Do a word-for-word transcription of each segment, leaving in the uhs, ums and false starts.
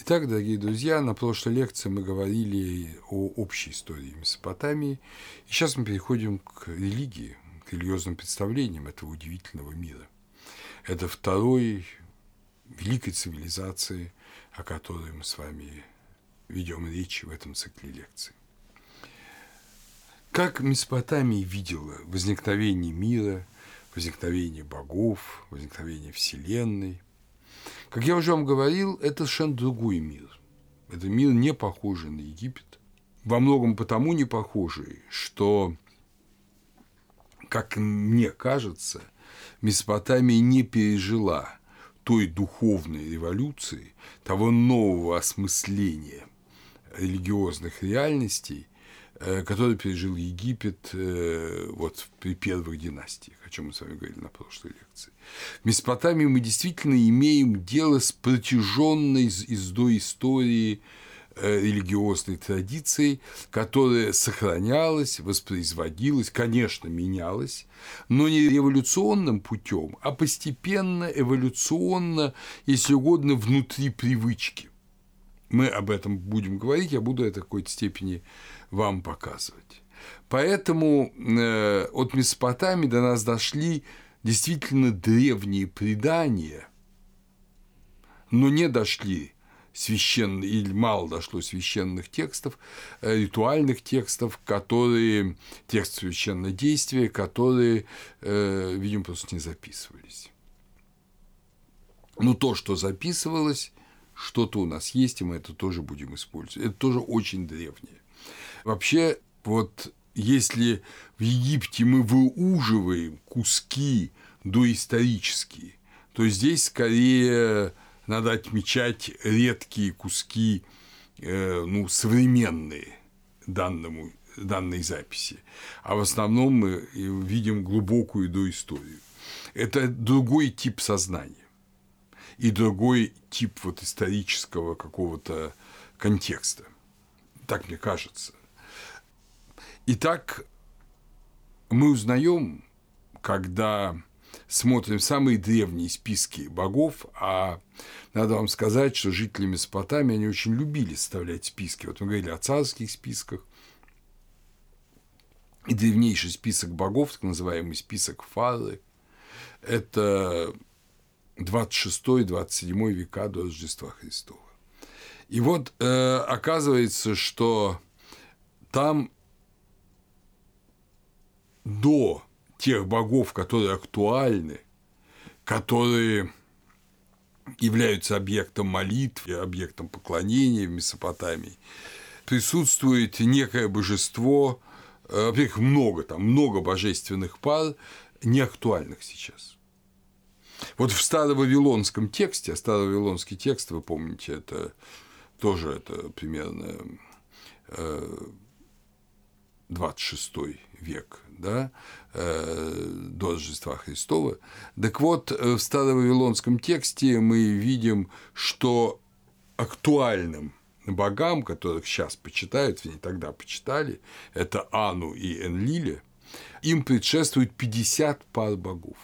Итак, дорогие друзья, на прошлой лекции мы говорили о общей истории Месопотамии, и сейчас мы переходим к религии, к религиозным представлениям этого удивительного мира. Это второй великой цивилизации, о которой мы с вами ведем речь в этом цикле лекций. Как Месопотамия видела возникновение мира, возникновение богов, возникновение Вселенной? Как я уже вам говорил, это совершенно другой мир. Это мир, не похожий на Египет. Во многом потому не похожий, что, как мне кажется, Месопотамия не пережила той духовной революции, того нового осмысления религиозных реальностей, который пережил Египет вот при первых династиях, о чем мы с вами говорили на прошлой лекции. В Месопотамии мы действительно имеем дело с протяженной издой истории религиозной традицией, которая сохранялась, воспроизводилась, конечно, менялась, но не революционным путем, а постепенно, эволюционно, если угодно, внутри привычки. Мы об этом будем говорить, я буду это в какой-то степени вам показывать. Поэтому э, от Месопотамии до нас дошли действительно древние предания, но не дошли священные, или мало дошло священных текстов, э, ритуальных текстов, которые, текст священного действия, которые, э, видимо, просто не записывались. Но то, что записывалось, что-то у нас есть, и мы это тоже будем использовать. Это тоже очень древнее. Вообще, вот если в Египте мы выуживаем куски доисторические, то здесь скорее надо отмечать редкие куски, э, ну, современные данному, данной записи. А в основном мы видим глубокую доисторию. Это другой тип сознания и другой тип вот исторического какого-то контекста. Так мне кажется. Итак, мы узнаем, когда смотрим самые древние списки богов, а надо вам сказать, что жители Месопотамии, они очень любили составлять списки. Вот мы говорили о царских списках, и древнейший список богов, так называемый список Фары, это двадцать шестой - двадцать седьмой века до Рождества Христова. И вот э, оказывается, что там до тех богов, которые актуальны, которые являются объектом молитвы, объектом поклонения в Месопотамии, присутствует некое божество, э, во-первых, много, там много божественных пар, не актуальных сейчас. Вот в старовавилонском тексте, а старовавилонский текст, вы помните, это тоже это примерно двадцать шестой век, да, до Рождества Христова. Так вот, в старовавилонском тексте мы видим, что актуальным богам, которых сейчас почитают, вернее, тогда почитали, это Ану и Энлиле, им предшествует пятьдесят пар богов.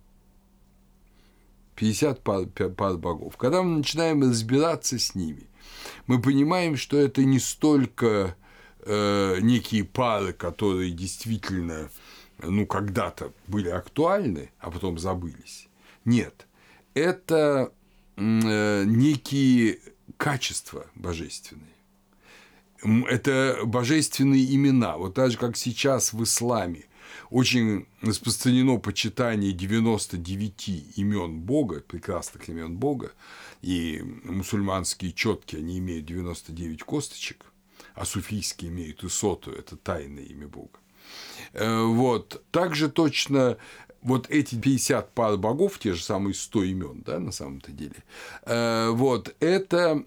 пятьдесят пар, пар богов. Когда мы начинаем разбираться с ними, мы понимаем, что это не столько э, некие пары, которые действительно, ну, когда-то были актуальны, а потом забылись. Нет, это э, некие качества божественные. Это божественные имена. Вот так же, как сейчас в исламе очень распространено почитание девяноста девяти имен Бога, прекрасных имен Бога, и мусульманские четки, они имеют девяносто девять косточек, а суфийские имеют исоту, это тайное имя Бога. Вот. Также точно вот эти пятьдесят пар богов, те же самые сто имен, да, на самом-то деле, вот, это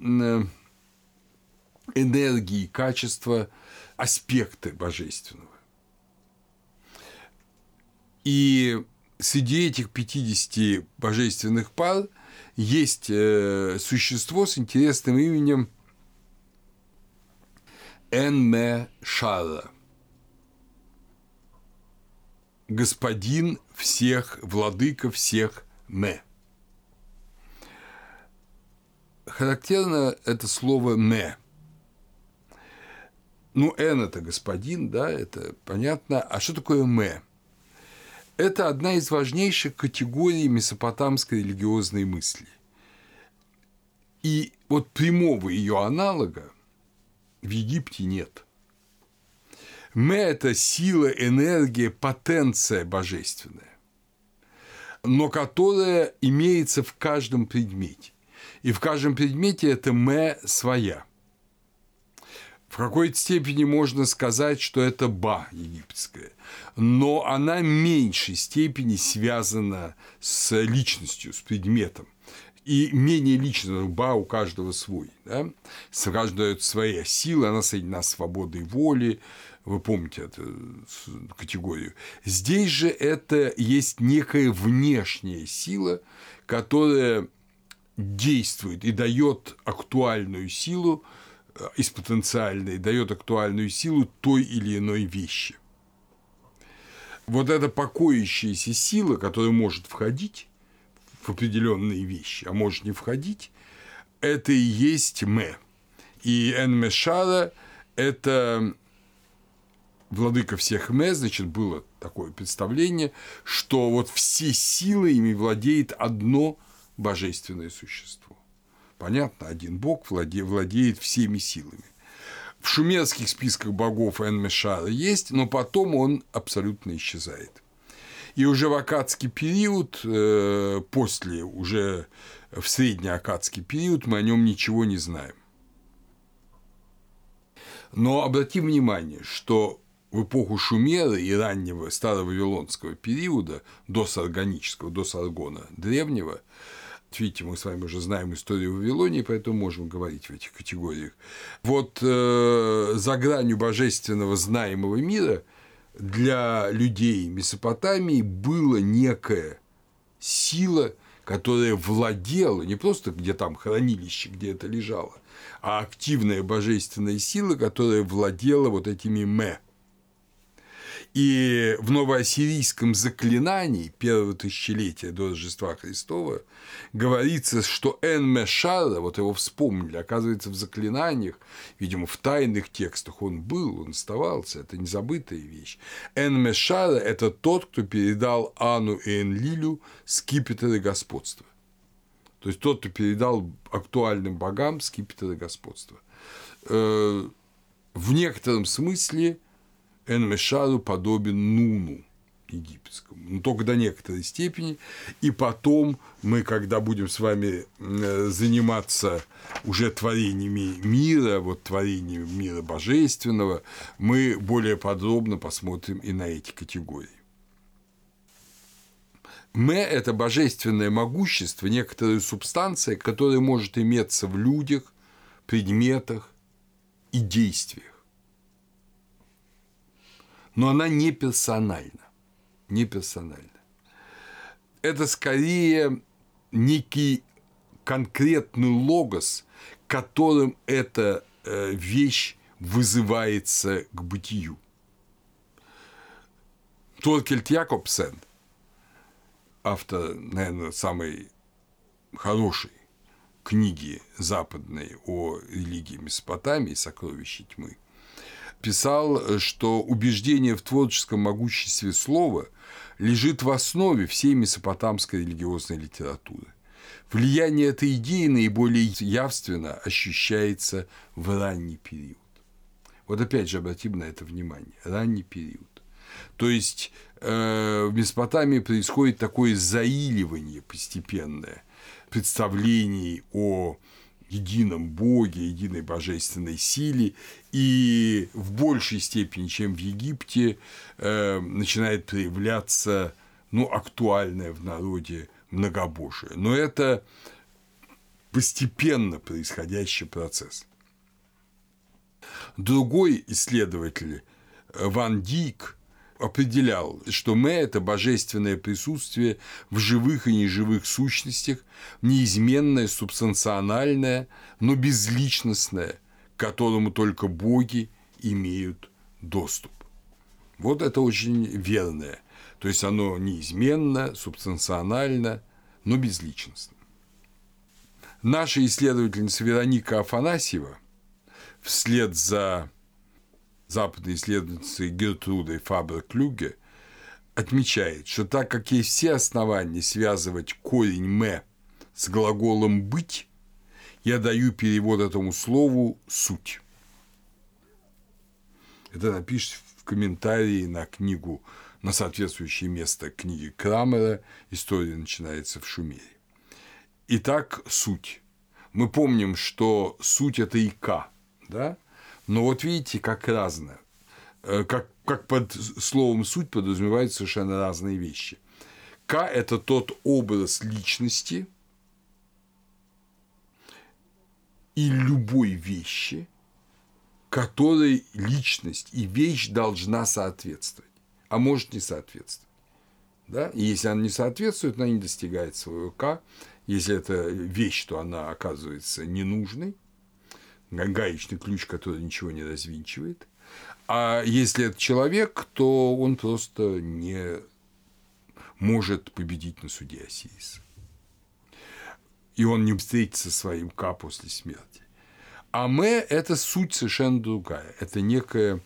энергии, качества, аспекты божественного. И среди этих пятидесяти божественных пар есть существо с интересным именем Эн-Ме-Шара, господин всех, владыка всех Ме. характерно это слово «ме». Ну, «эн» – это господин, да, это понятно. А что такое «ме»? Это одна из важнейших категорий месопотамской религиозной мысли. И вот прямого ее аналога в Египте нет. «Ме» – это сила, энергия, потенция божественная, но которая имеется в каждом предмете. И в каждом предмете эта «ме» своя. В какой-то степени можно сказать, что это «ба» египетская, но она в меньшей степени связана с личностью, с предметом. И менее лично, «ба» у каждого свой. Да? С каждой своя сила, она соединена с свободой воли. Вы помните эту категорию. Здесь же это есть некая внешняя сила, которая действует и дает актуальную силу из потенциальной, дает актуальную силу той или иной вещи. Вот эта покоящаяся сила, которая может входить в определенные вещи, а может не входить, это и есть «ме». И Эн-Мешара – это владыка всех «ме», значит, было такое представление, что вот все силы ими владеет одно божественное существо. Понятно, один бог владе, владеет всеми силами. В шумерских списках богов Эн-Мешара есть, но потом он абсолютно исчезает. И уже в аккадский период, э, после, уже в среднеаккадский период, мы о нем ничего не знаем. Но обратим внимание, что в эпоху Шумера и раннего старовавилонского периода, до саргонического, до Саргона древнего, видите, мы с вами уже знаем историю Вавилонии, поэтому можем говорить в этих категориях. Вот э, за гранью божественного знаемого мира для людей Месопотамии была некая сила, которая владела, не просто где там хранилище, где это лежало, а активная божественная сила, которая владела вот этими «ме». И в новоассирийском заклинании первого тысячелетия до Рождества Христова говорится, что Эн-Мешара, вот его вспомнили, оказывается, в заклинаниях, видимо, в тайных текстах он был, он оставался, это незабытая вещь. Эн-Мешара – это тот, кто передал Ану и Энлилю скипетр и господство. То есть тот, кто передал актуальным богам скипетр и господство. В некотором смысле Эн-Мешару подобен Нуну египетскому, но только до некоторой степени. И потом мы, когда будем с вами заниматься уже творениями мира, вот творениями мира божественного, мы более подробно посмотрим и на эти категории. «Ме» – это божественное могущество, некоторая субстанция, которая может иметься в людях, предметах и действиях. Но она не персональна. Не персональна. Это скорее некий конкретный логос, которым эта вещь вызывается к бытию. Торкельд Якобсен, автор, наверное, самой хорошей книги западной о религии Месопотамии «Сокровища тьмы», писал, что убеждение в творческом могуществе слова лежит в основе всей месопотамской религиозной литературы. Влияние этой идеи наиболее явственно ощущается в ранний период. Вот опять же обратим на это внимание. Ранний период. То есть э, в Месопотамии происходит такое заиливание постепенное представлений о едином Боге, единой божественной силе, и в большей степени, чем в Египте, э, начинает проявляться, ну, актуальное в народе многобожие. Но это постепенно происходящий процесс. Другой исследователь, Ван Дijk, определял, что «ме» – это божественное присутствие в живых и неживых сущностях, неизменное, субстанциональное, но безличностное, к которому только боги имеют доступ. Вот это очень верное. То есть оно неизменно, субстанционально, но безличностно. Наша исследовательница Вероника Афанасьева вслед за западной исследовательницей Гертрудой Фабер-Клюге отмечает, что так как есть все основания связывать корень «ме» с глаголом «быть», я даю перевод этому слову «суть». Это напишите в комментарии на книгу, на соответствующее место книги Крамера «История начинается в Шумере». Итак, суть. Мы помним, что суть – это ика, да? Но вот видите, как разное. Как, как под словом «суть» подразумеваются совершенно разные вещи. К – это тот образ личности и любой вещи, которой личность и вещь должна соответствовать, а может не соответствовать. Да? И если она не соответствует, она не достигает своего «к». Если это вещь, то она оказывается ненужной, гаечный ключ, который ничего не развинчивает. А если это человек, то он просто не может победить на суде Осириса. И он не встретится со своим «к» после смерти. А «ме» – это суть совершенно другая. Это некая,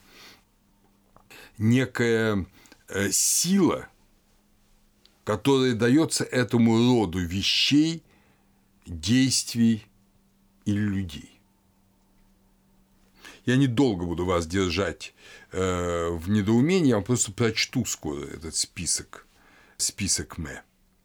некая сила, которая дается этому роду вещей, действий или людей. Я недолго буду вас держать э, в недоумении, я вам просто прочту скоро этот список, список «ме».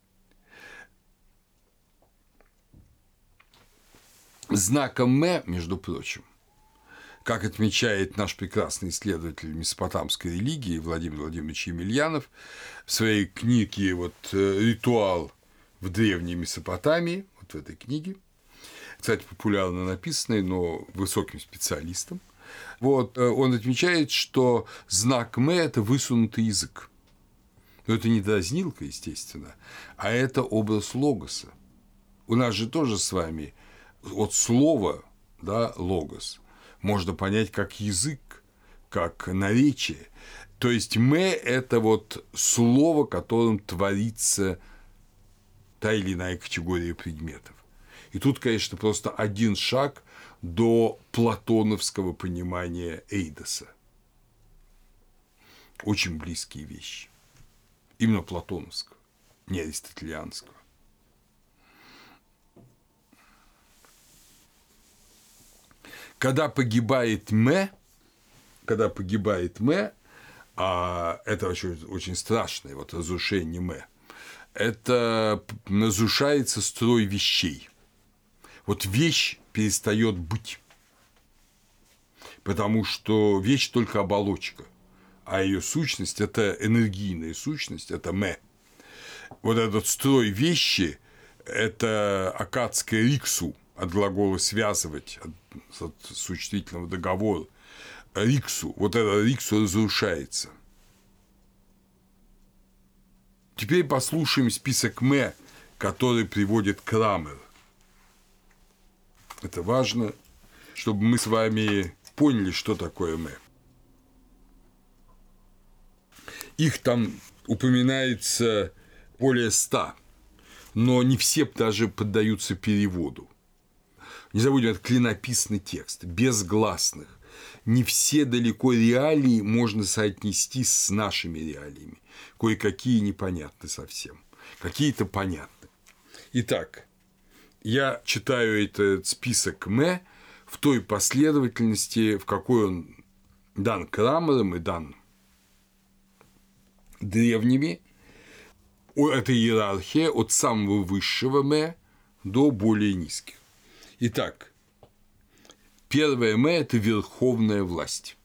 Знаком «ме», между прочим, как отмечает наш прекрасный исследователь месопотамской религии Владимир Владимирович Емельянов в своей книге вот, «Ритуал в древней Месопотамии», вот в этой книге, кстати, популярно написанной, но высоким специалистом, вот, он отмечает, что знак «ме» – это высунутый язык. Но это не дразнилка, естественно, а это образ логоса. У нас же тоже с вами от слова, да, логос, можно понять как язык, как наречие. То есть «ме» – это вот слово, которым творится та или иная категория предметов. И тут, конечно, просто один шаг до платоновского понимания эйдоса. Очень близкие вещи. Именно платоновского, не аристотелианского. Когда погибает «ме», когда погибает «ме», а это очень, очень страшное вот разрушение «ме», это разрушается строй вещей. Вот вещь перестает быть, потому что вещь только оболочка, а ее сущность – это энергийная сущность, это «ме». Вот этот строй вещи – это аккадское «риксу», от глагола «связывать», от, от существительного договора, «риксу», вот это «риксу» разрушается. Теперь послушаем список «ме», который приводит Крамер. Это важно, чтобы мы с вами поняли, что такое «ме». Их там упоминается более ста, но не все даже поддаются переводу. Не забудем, это клинописный текст, без гласных. Не все далеко реалии можно соотнести с нашими реалиями. Кое-какие непонятны совсем. Какие-то понятны. Итак, я читаю этот список «ме» в той последовательности, в какой он дан Крамером и дан древними. Это иерархия от самого высшего «ме» до более низких. Итак, первое «ме» – это верховная власть.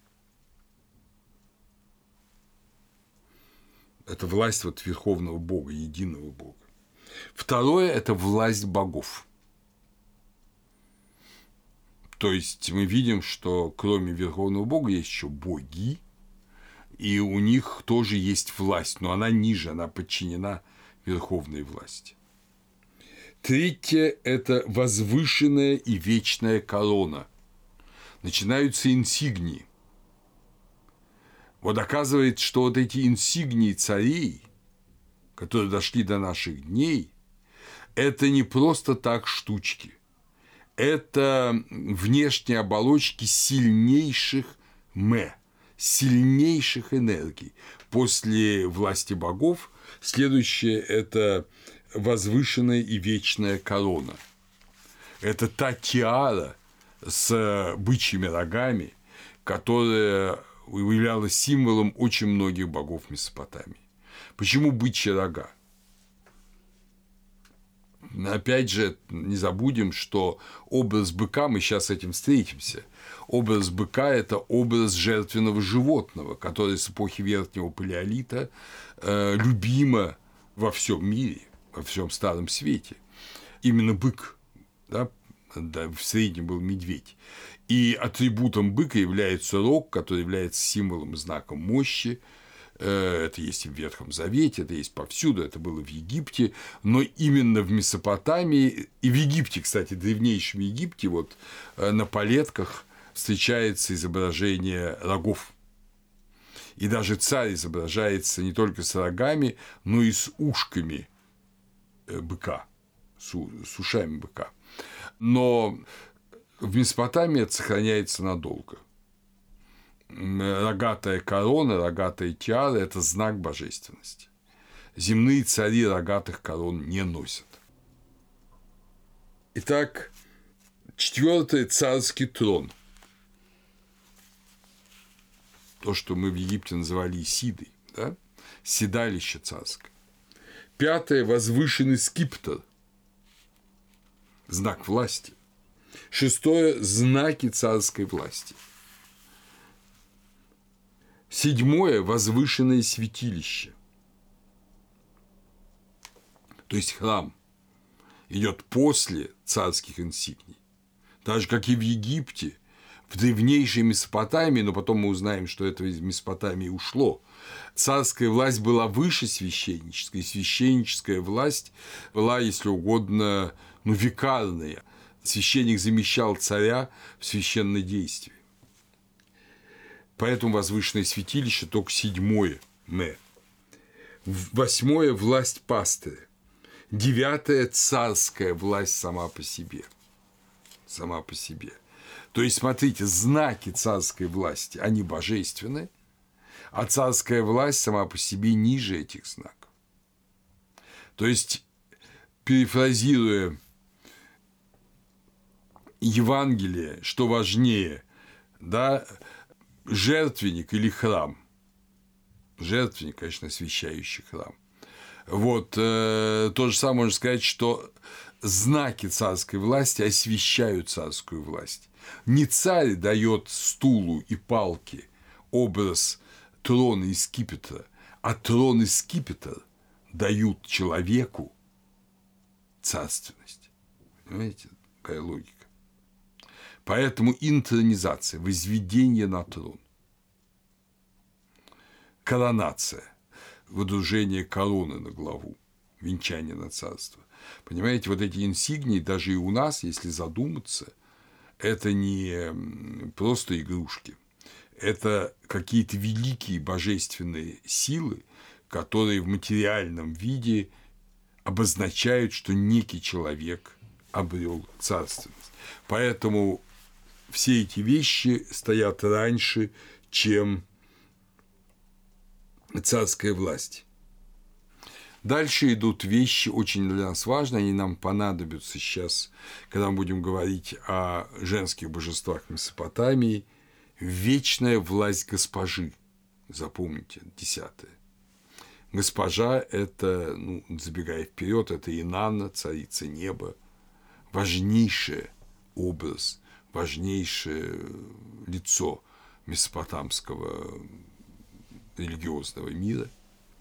Это власть вот верховного Бога, единого Бога. Второе – это власть богов. То есть мы видим, что кроме верховного Бога есть еще боги, и у них тоже есть власть, но она ниже, она подчинена верховной власти. Третье – это возвышенная и вечная корона. Начинаются инсигнии. Вот оказывается, что вот эти инсигнии царей, которые дошли до наших дней, это не просто так штучки. это внешние оболочки сильнейших мэ, сильнейших энергий. После власти богов следующее – это возвышенная и вечная корона. Это та тиара с бычьими рогами, которая являлась символом очень многих богов Месопотамии. Почему бычьи рога? Опять же, не забудем, что образ быка, мы сейчас с этим встретимся, образ быка – это образ жертвенного животного, который с эпохи Верхнего Палеолита э, любимо во всем мире, во всем Старом Свете. Именно бык, да, да, в среднем был медведь. И атрибутом быка является рог, который является символом и знаком мощи. Это есть и в Ветхом Завете, это есть повсюду, это было в Египте, но именно в Месопотамии и в Египте, кстати, в древнейшем Египте, вот на палетках встречается изображение рогов. И даже царь изображается не только с рогами, но и с ушками быка, с ушами быка. Но в Месопотамии это сохраняется надолго. Рогатая корона, рогатая тиара – это знак божественности. Земные цари рогатых корон не носят. Итак, четвертое – царский трон. То, что мы в Египте называли Исидой, да? Седалище царское. Пятое – возвышенный скипетр, знак власти. Шестое – знаки царской власти. Седьмое – возвышенное святилище, то есть храм, идет после царских инсигний. Так же, как и в Египте, в древнейшей Месопотамии, но потом мы узнаем, что это из Месопотамии ушло, царская власть была выше священнической, и священническая власть была, если угодно, ну, викарная. Священник замещал царя в священнодействии. Поэтому возвышенное святилище только седьмое мэ. Восьмое – власть пастыря. Девятое – царская власть сама по себе. Сама по себе. То есть, смотрите, знаки царской власти, они божественны, а царская власть сама по себе ниже этих знаков. То есть, перефразируя Евангелие, что важнее, да, жертвенник или храм. Жертвенник, конечно, освящающий храм. Вот, э, то же самое можно сказать, что знаки царской власти освящают царскую власть. Не царь дает стулу и палке образ трона и скипетра, а трон и скипетр дают человеку царственность. Понимаете, какая логика? Поэтому интронизация, возведение на трон, коронация, водружение короны на главу, венчание на царство. Понимаете, вот эти инсигнии, даже и у нас, если задуматься, это не просто игрушки, это какие-то великие божественные силы, которые в материальном виде обозначают, что некий человек обрел царственность. Поэтому все эти вещи стоят раньше, чем царская власть. Дальше идут вещи очень для нас важные, они нам понадобятся сейчас, когда мы будем говорить о женских божествах Месопотамии. Вечная власть госпожи. Запомните, десятое. Госпожа – это, ну, забегая вперед, это Инанна, царица неба, важнейший образ, важнейшее лицо месопотамского религиозного мира.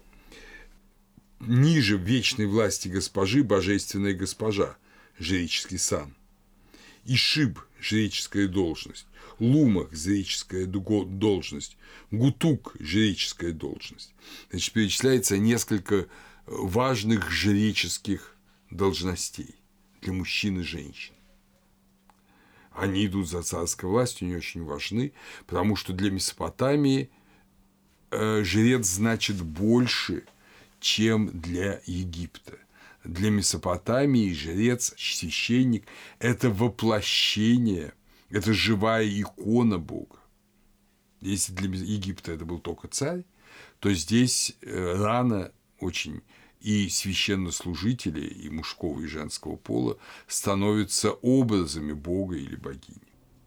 Ниже вечной власти госпожи божественная госпожа, жреческий сан. Ишиб – жреческая должность. Лумах – жреческая должность. Гутук – жреческая должность. Значит, перечисляется несколько важных жреческих должностей для мужчин и женщин. Они идут за царской властью, они очень важны, потому что для Месопотамии жрец значит больше, чем для Египта. для Месопотамии жрец, священник – это воплощение, это живая икона Бога. Если для Египта это был только царь, то здесь рано очень и священнослужители, и мужского, и женского пола становятся образами Бога или богини.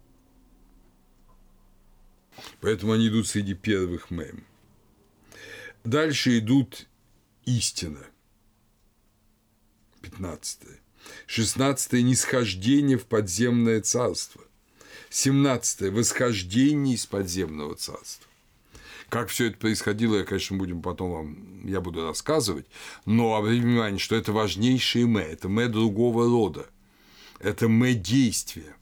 Поэтому они идут среди первых мем. Дальше идут истина. пятнадцатое. шестнадцатое. Нисхождение в подземное царство. семнадцатое. Восхождение из подземного царства. Как все это происходило, я, конечно, будем потом вам, я буду рассказывать, но обратите внимание, что это важнейшие мэ, это мэ другого рода, это мэ действия.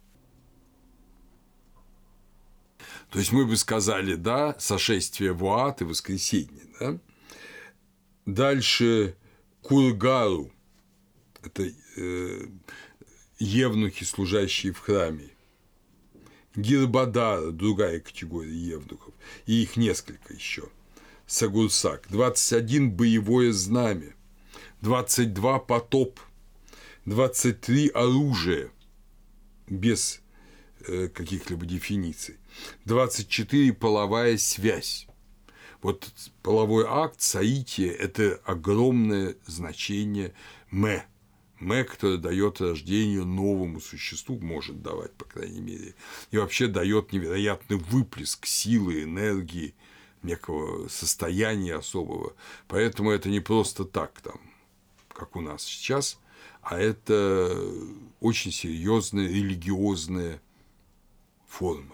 То есть мы бы сказали, да, сошествие в ад и воскресенье, да? Дальше кургару, это э, евнухи, служащие в храме. Гирбадара, другая категория евнухов, и их несколько еще. Сагурсак. двадцать один. Боевое знамя. двадцать два. Потоп. двадцать три. Оружие. Без э, каких-либо дефиниций. двадцать четыре. Половая связь. Вот половой акт, соитие – это огромное значение мэ. Мэ, который дает рождению новому существу, может давать, по крайней мере, и вообще дает невероятный выплеск силы, энергии, некого состояния особого. Поэтому это не просто так, там, как у нас сейчас, а это очень серьезная религиозная форма.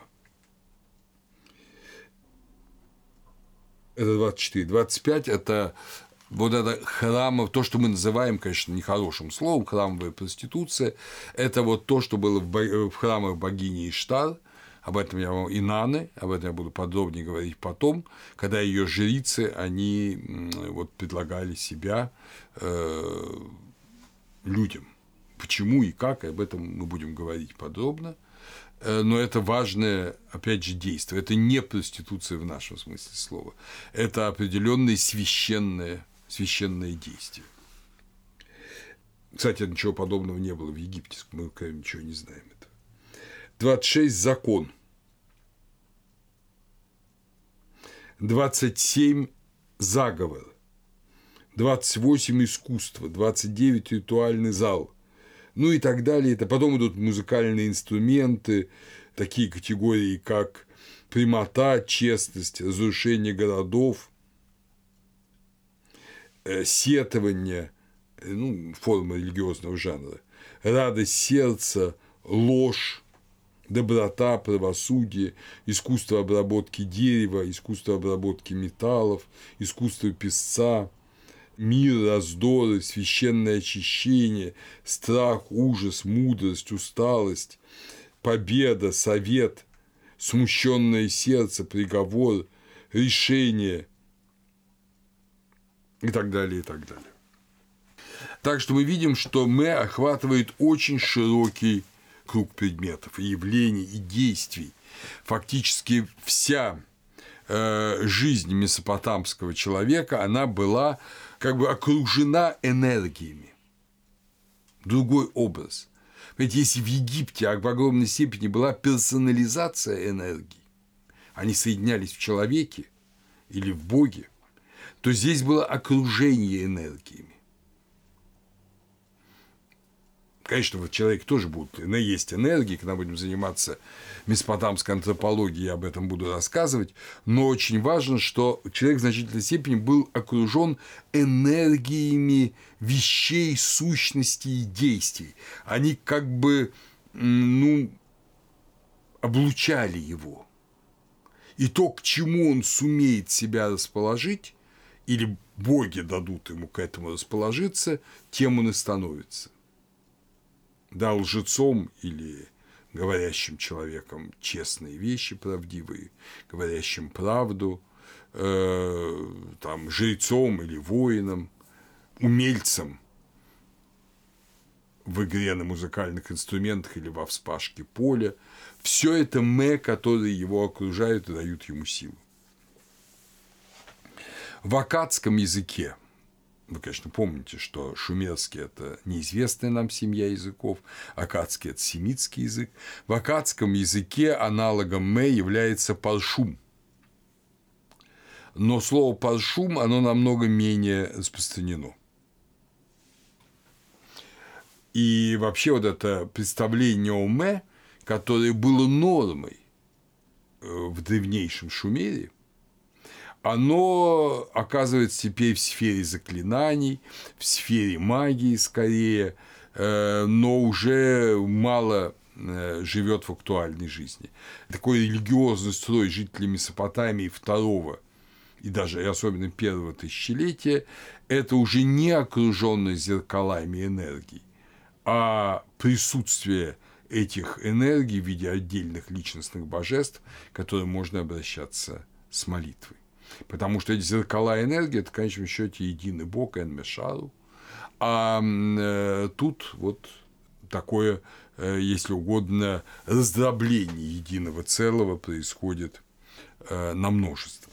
Это двадцать четыре. двадцать пять – это вот это храмов, то, что мы называем, конечно, нехорошим словом, храмовая проституция, это вот то, что было в храмах богини Иштар, об этом я вам, Инанны, об этом я буду подробнее говорить потом, когда ее жрицы, они вот предлагали себя э, людям. Почему и как, об этом мы будем говорить подробно. Но это важное, опять же, действие. Это не проституция в нашем смысле слова. Это определенное священное, священное действие. Кстати, ничего подобного не было в Египте. Мы ничего не знаем этого. двадцать шесть. Закон. двадцать семь. Заговор. двадцать восемь. Искусство. двадцать девять. Ритуальный зал. Ну и так далее. Это потом идут музыкальные инструменты, такие категории, как прямота, честность, разрушение городов, сетование, ну, форма религиозного жанра, радость сердца, ложь, доброта, правосудие, искусство обработки дерева, искусство обработки металлов, искусство песца, мир, раздоры, священное очищение, страх, ужас, мудрость, усталость, победа, совет, смущенное сердце, приговор, решение и так далее, и так далее. Так что мы видим, что мэ охватывает очень широкий круг предметов, и явлений, и действий. Фактически вся э, жизнь месопотамского человека, она была как бы окружена энергиями. Другой образ. Ведь если в Египте в огромной степени была персонализация энергии, они соединялись в человеке или в Боге, то здесь было окружение энергиями. Конечно, в человеке тоже будут есть энергии, когда будем заниматься месопотамской антропологией, я об этом буду рассказывать, но очень важно, что человек в значительной степени был окружен энергиями вещей, сущностей и действий. Они как бы, ну, облучали его. И то, к чему он сумеет себя расположить, или боги дадут ему к этому расположиться, тем он и становится. Да, лжецом или говорящим человеком честные вещи, правдивые, говорящим правду, э, там, жрецом или воином, умельцем в игре на музыкальных инструментах или во вспашке поля. Все это мэ, которые его окружают и дают ему силу. В аккадском языке Вы, конечно, помните, что шумерский – это неизвестная нам семья языков, аккадский – это семитский язык. В аккадском языке аналогом «мэ» является паршум. Но слово «паршум» оно намного менее распространено. И вообще вот это представление о «мэ», которое было нормой в древнейшем Шумере, оно оказывается теперь в сфере заклинаний, в сфере магии скорее, но уже мало живет в актуальной жизни. Такой религиозный строй жителей Месопотамии второго и даже и особенно первого тысячелетия – это уже не окруженность зеркалами энергий, а присутствие этих энергий в виде отдельных личностных божеств, к которым можно обращаться с молитвой. Потому что эти зеркала энергии – это, в конечном счете, единый Бог, Эн-Мешару. А э, тут вот такое, э, если угодно, раздробление единого целого происходит э, на множество.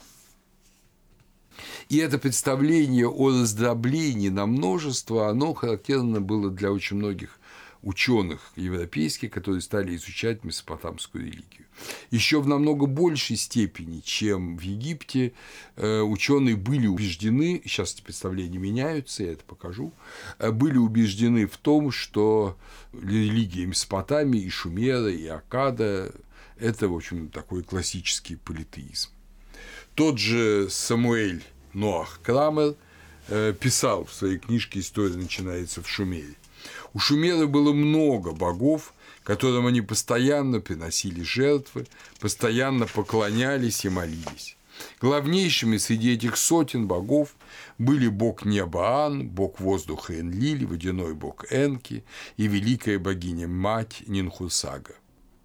И это представление о раздроблении на множество, оно характерно было для очень многих ученых европейских, которые стали изучать месопотамскую религию. Еще в намного большей степени, чем в Египте, ученые были убеждены, сейчас эти представления меняются, я это покажу, были убеждены в том, что религия Месопотамии и Шумера, и Аккада – это, в общем, такой классический политеизм. Тот же Самуэль Ноах Крамер писал в своей книжке «История начинается в Шумере». У шумеров было много богов, которым они постоянно приносили жертвы, постоянно поклонялись и молились. Главнейшими среди этих сотен богов были бог неба Ан, бог воздуха Энлиль, водяной бог Энки и великая богиня-мать Нинхурсага.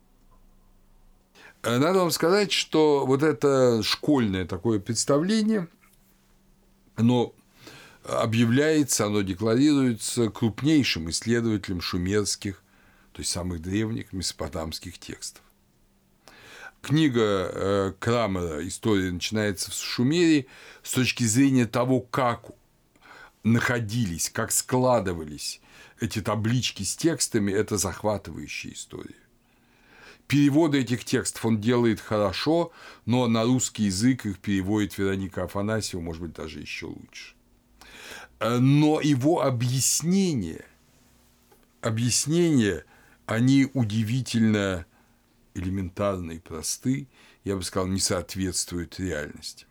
Надо вам сказать, что вот это школьное такое представление, оно объявляется, оно декларируется крупнейшим исследователем шумерских, то есть самых древних месопотамских текстов. Книга Крамера «История начинается в Шумере» с точки зрения того, как находились, как складывались эти таблички с текстами, это захватывающая история. Переводы этих текстов он делает хорошо, но на русский язык их переводит Вероника Афанасьева, может быть, даже еще лучше. Но его объяснения, объяснения, они удивительно элементарны и просты, я бы сказал, не соответствуют реальности.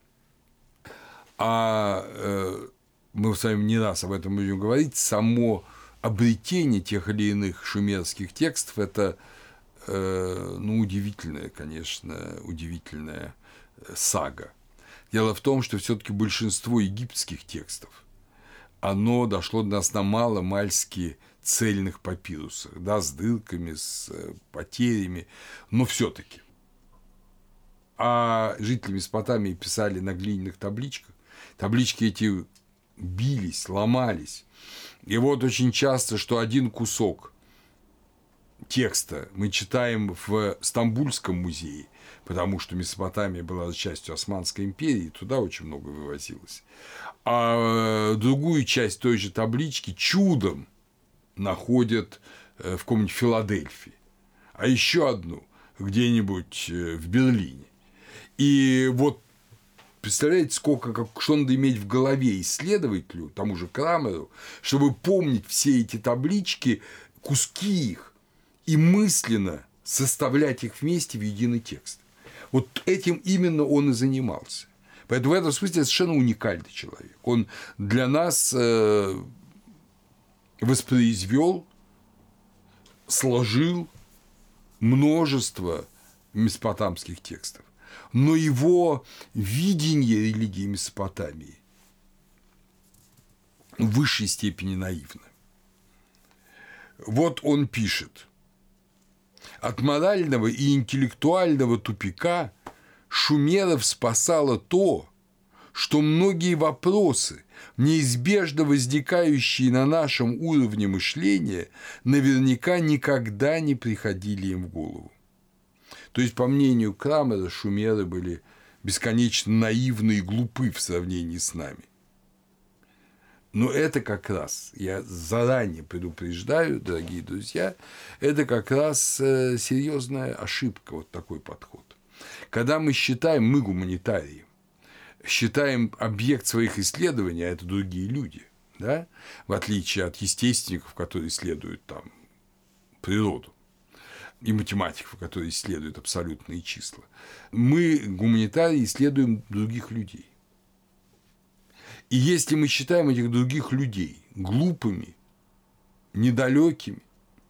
А э, мы с вами не раз об этом будем говорить, само обретение тех или иных шумерских текстов – это э, ну, удивительная, конечно, удивительная сага. Дело в том, что все-таки большинство египетских текстов оно дошло до нас на маломальски цельных папирусах, да, с дырками, с потерями, но все-таки. А жители Месопотамии писали на глиняных табличках. Таблички эти бились, ломались. И вот очень часто, что один кусок текста мы читаем в Стамбульском музее, потому что Месопотамия была частью Османской империи, туда очень много вывозилось. А другую часть той же таблички чудом находят в каком-нибудь Филадельфии, а еще одну где-нибудь в Берлине. И вот представляете, сколько, как, что надо иметь в голове исследователю, тому же Крамеру, чтобы помнить все эти таблички, куски их, и мысленно составлять их вместе в единый текст. Вот этим именно он и занимался. Поэтому в этом смысле совершенно уникальный человек. Он для нас воспроизвел, сложил множество месопотамских текстов. Но его видение религии Месопотамии в высшей степени наивно. Вот он пишет: от морального и интеллектуального тупика шумеров спасало то, что многие вопросы, неизбежно возникающие на нашем уровне мышления, наверняка никогда не приходили им в голову. То есть, по мнению Крамера, шумеры были бесконечно наивны и глупы в сравнении с нами. Но это как раз, я заранее предупреждаю, дорогие друзья, это как раз э, серьезная ошибка, вот такой подход. Когда мы считаем, мы гуманитарии, считаем объект своих исследований, а это другие люди, да, в отличие от естественников, которые исследуют там природу, и математиков, которые исследуют абсолютные числа. Мы, гуманитарии, исследуем других людей. И если мы считаем этих других людей глупыми, недалекими,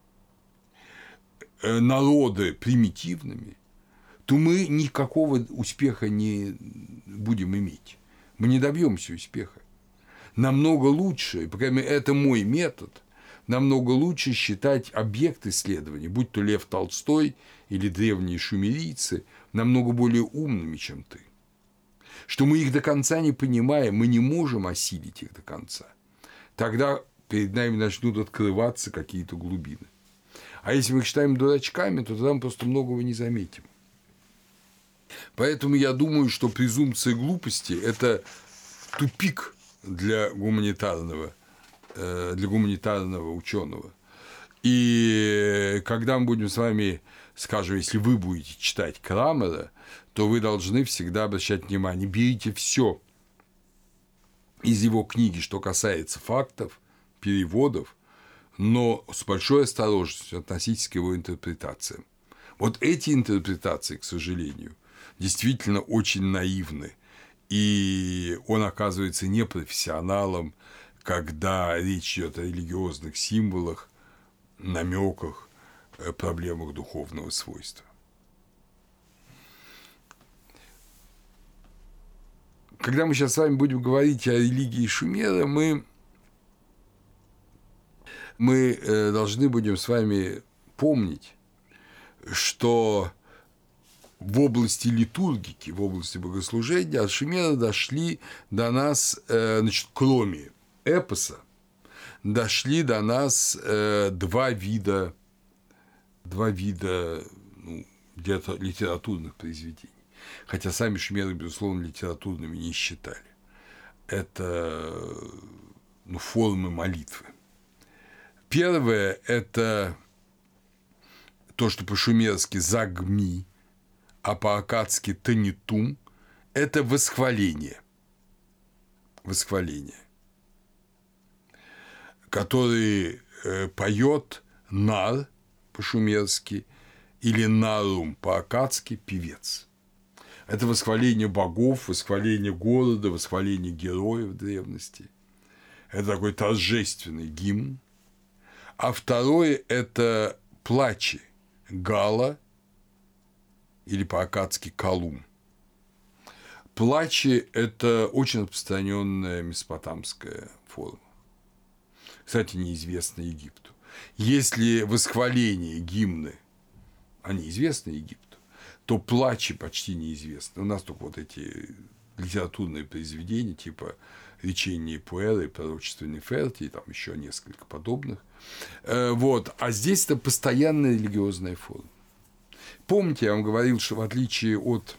народы примитивными, то мы никакого успеха не будем иметь. Мы не добьемся успеха. Намного лучше, по крайней мере, это мой метод, намного лучше считать объект исследования, будь то Лев Толстой или древние шумерийцы, намного более умными, чем ты. Что мы их до конца не понимаем, мы не можем осилить их до конца. Тогда перед нами начнут открываться какие-то глубины. А если мы их считаем дурачками, то тогда мы просто многого не заметим. Поэтому я думаю, что презумпция глупости – это тупик для гуманитарного, для гуманитарного ученого. И когда мы будем с вами, скажем, если вы будете читать Крамера, то вы должны всегда обращать внимание, берите все из его книги, что касается фактов, переводов, но с большой осторожностью относитесь к его интерпретациям. Вот эти интерпретации, к сожалению, действительно очень наивны, и он оказывается непрофессионалом, когда речь идет о религиозных символах, намеках, проблемах духовного свойства. Когда мы сейчас с вами будем говорить о религии Шумера, мы, мы должны будем с вами помнить, что в области литургики, в области богослужения от Шумера дошли до нас, значит, кроме эпоса, дошли до нас два вида, два вида ну, литературных произведений. Хотя сами Шумеры, безусловно, литературными не считали. Это ну, формы молитвы. Первое – это то, что по-шумерски «загми», а по-аккадски «танитум» – это восхваление. Восхваление, который э, поет нар по-шумерски или нарум по-аккадски певец. Это восхваление богов, восхваление города, восхваление героев древности. Это такой торжественный гимн. А второе – это плачи гала или по-аккадски калум. Плачи – это очень распространенная месопотамская форма. Кстати, неизвестна Египту. Если восхваление, гимны, они известны Египту, то плачи почти неизвестны. У нас только вот эти литературные произведения, типа «Речение Пуэры», «Пророчество Неферти» и там еще несколько подобных. Вот. А здесь это постоянная религиозная форма. Помните, я вам говорил, что в отличие от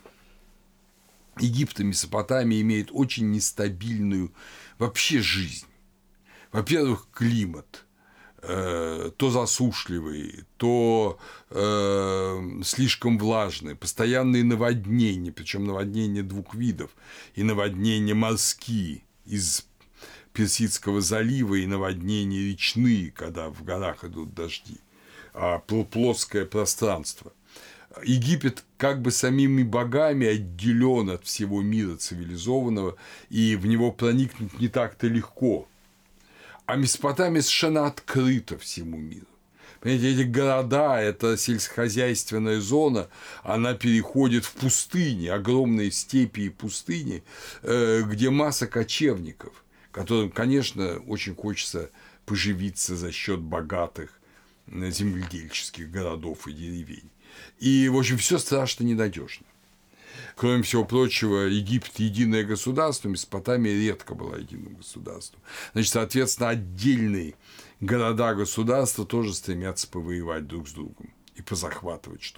Египта, Месопотамия имеет очень нестабильную вообще жизнь. Во-первых, климат. То засушливый, то э, слишком влажный, постоянные наводнения, причем наводнения двух видов, и наводнения морские из Персидского залива, и наводнения речные, когда в горах идут дожди, а плоское пространство. Египет как бы самими богами отделен от всего мира цивилизованного, и в него проникнуть не так-то легко. А Месопотамия совершенно открыта всему миру. Понимаете, эти города, эта сельскохозяйственная зона, она переходит в пустыни, огромные степи и пустыни, где масса кочевников, которым, конечно, очень хочется поживиться за счет богатых земледельческих городов и деревень. И, в общем, все страшно ненадежно. Кроме всего прочего, Египет – единое государство, Месопотамия редко была единым государством. Значит, соответственно, отдельные города-государства тоже стремятся повоевать друг с другом и позахватывать что-то.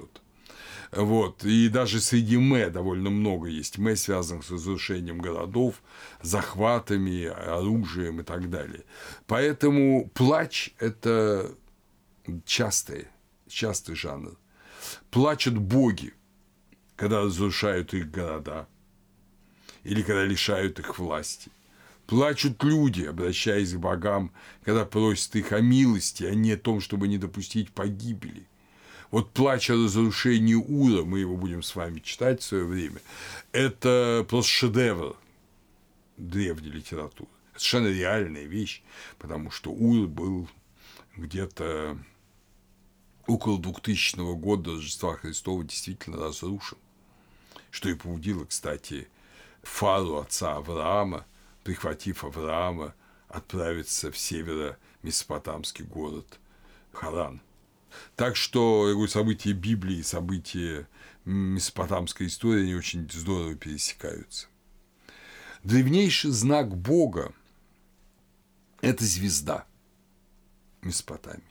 Вот. И даже среди мэ довольно много есть мэ, связанных с разрушением городов, захватами, оружием и так далее. Поэтому плач – это частый, частый жанр. Плачут боги, когда разрушают их города или когда лишают их власти. Плачут люди, обращаясь к богам, когда просят их о милости, а не о том, чтобы не допустить погибели. Вот плач о разрушении Ура, мы его будем с вами читать в свое время, это просто шедевр древней литературы. Это совершенно реальная вещь, потому что Ур был где-то около двухтысячного года Рождества Христова действительно разрушен, что и побудило, кстати, Фару, отца Авраама, прихватив Авраама, отправиться в северо-месопотамский город Харан. Так что, я говорю, события Библии, события месопотамской истории, они очень здорово пересекаются. Древнейший знак Бога – это звезда Месопотамии.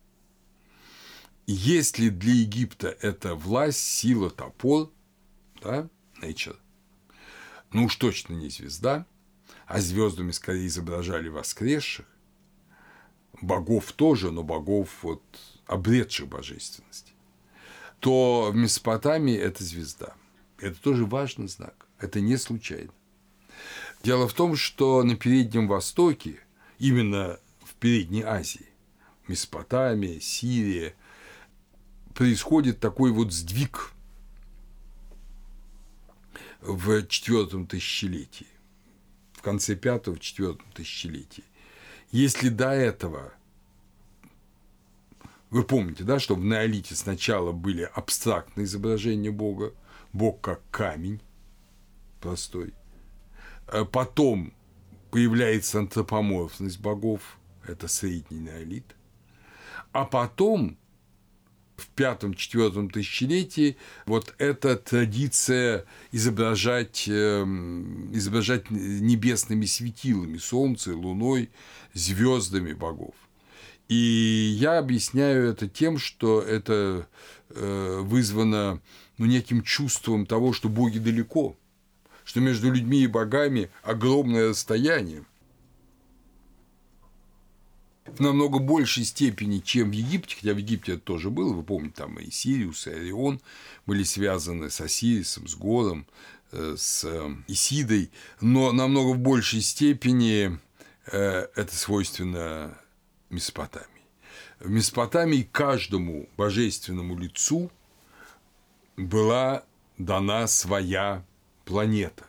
Если для Египта это власть, сила, топор, да, nature, ну уж точно не звезда, а звездами скорее изображали воскресших, богов тоже, но богов вот обретших божественности, то в Месопотамии это звезда. Это тоже важный знак. Это не случайно. Дело в том, что на Переднем Востоке, именно в Передней Азии, Месопотамия, Сирия, происходит такой вот сдвиг в четвертом тысячелетии, в конце пятого, в четвертом тысячелетии. Если до этого, вы помните, да, что в неолите сначала были абстрактные изображения Бога, Бог как камень простой, потом появляется антропоморфность богов, это средний неолит, а потом в пятом-четвертом тысячелетии вот эта традиция изображать, изображать небесными светилами, солнцем, луной, звездами богов. И я объясняю это тем, что это вызвано ну, неким чувством того, что боги далеко, что между людьми и богами огромное расстояние. В намного большей степени, чем в Египте, хотя в Египте это тоже было, вы помните, там и Сириус, и Орион были связаны с Осирисом, с Гором, с Исидой, но намного в большей степени это свойственно Месопотамии. В Месопотамии каждому божественному лицу была дана своя планета.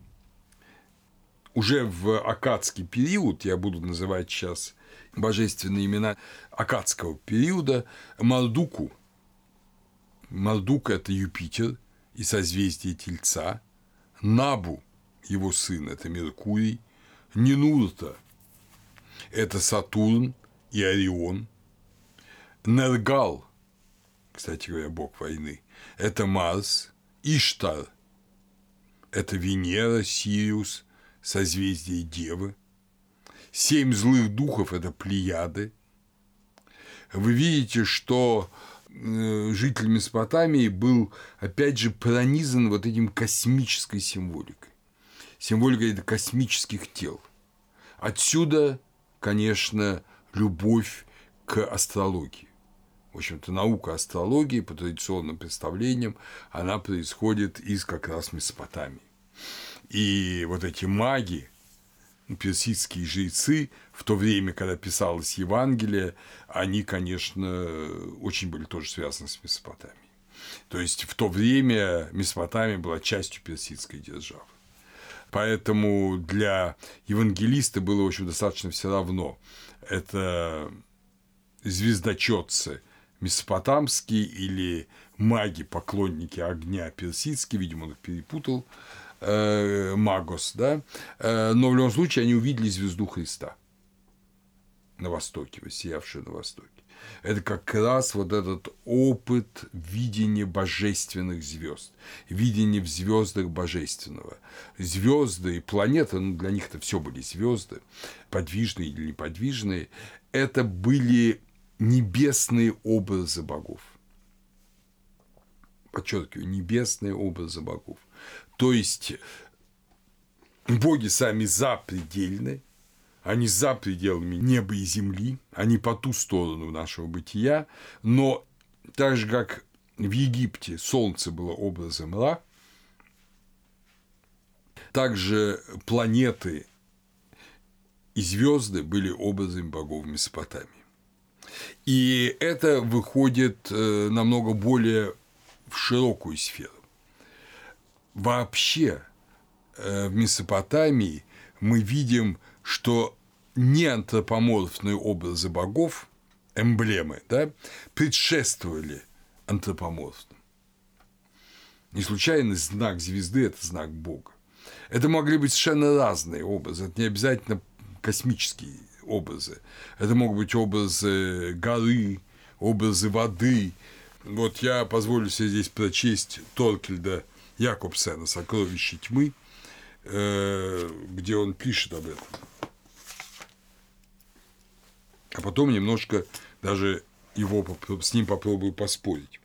Уже в аккадский период, я буду называть сейчас божественные имена аккадского периода, Мардуку, Мардук – это Юпитер и созвездие Тельца, Набу, его сын – это Меркурий, Нинурта – это Сатурн и Орион, Нергал, кстати говоря, бог войны, это Марс, Иштар – это Венера, Сириус, созвездие Девы, семь злых духов – это Плеяды. Вы видите, что житель Месопотамии был, опять же, пронизан вот этим космической символикой. Символикой это космических тел. Отсюда, конечно, любовь к астрологии. В общем-то, наука астрологии, по традиционным представлениям, она происходит из как раз Месопотамии. И вот эти маги, персидские жрецы, в то время, когда писалось Евангелие, они, конечно, очень были тоже связаны с Месопотамией. То есть в то время Месопотамия была частью персидской державы. Поэтому для евангелиста было, в общем, достаточно все равно. Это звездочетцы месопотамские или маги, поклонники огня персидские, видимо, он их перепутал, э, магос, да, э, но в любом случае они увидели звезду Христа на востоке, воссиявшую на востоке. Это как раз вот этот опыт видения божественных звезд, видения в звездах божественного. Звезды и планеты, ну, для них это все были звезды, подвижные или неподвижные, это были небесные образы богов. подчеркиваю, небесные образы богов. То есть боги сами запредельны, они за пределами неба и земли, они по ту сторону нашего бытия, но так же, как в Египте солнце было образом Ра, также планеты и звезды были образами богов в Месопотамии. И это выходит намного более в широкую сферу. Вообще в Месопотамии мы видим, что неантропоморфные образы богов, эмблемы, да, предшествовали антропоморфным. Не случайно знак звезды – это знак Бога. Это могли быть совершенно разные образы, это не обязательно космические образы. Это могут быть образы горы, образы воды. Вот я позволю себе здесь прочесть Торкельда Якобсена «Сокровища тьмы», где он пишет об этом. А потом немножко даже его, с ним попробую поспорить.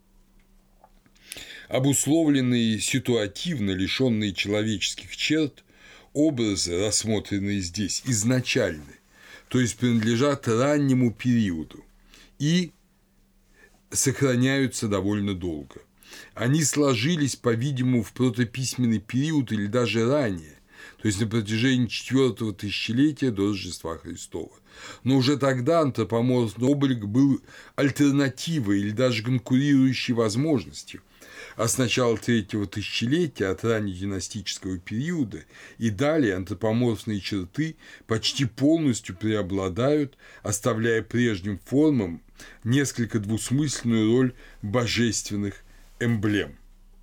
Обусловленные ситуативно, лишенные человеческих черт, образы, рассмотренные здесь, изначальны, то есть принадлежат раннему периоду и сохраняются довольно долго. Они сложились, по-видимому, в протописьменный период или даже ранее, то есть на протяжении четвёртого тысячелетия до Рождества Христова. Но уже тогда антропоморфный облик был альтернативой или даже конкурирующей возможностью, а с начала третьего тысячелетия от раннединастического периода и далее антропоморфные черты почти полностью преобладают, оставляя прежним формам несколько двусмысленную роль божественных эмблем.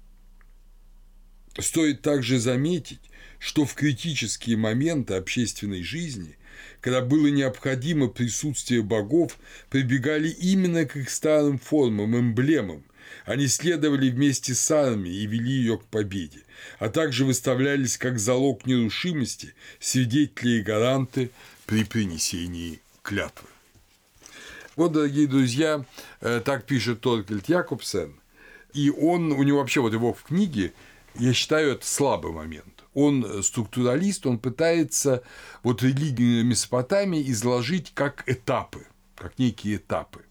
Стоит также заметить, что в критические моменты общественной жизни, когда было необходимо присутствие богов, прибегали именно к их старым формам, эмблемам. Они следовали вместе с армией и вели ее к победе, а также выставлялись как залог нерушимости, свидетели и гаранты при принесении клятвы. Вот, дорогие друзья, так пишет Торкельд Якобсен, и он, у него вообще вот его в книге, я считаю, это слабый момент. Он структуралист, он пытается вот религию Месопотамии изложить как этапы, как некие этапы,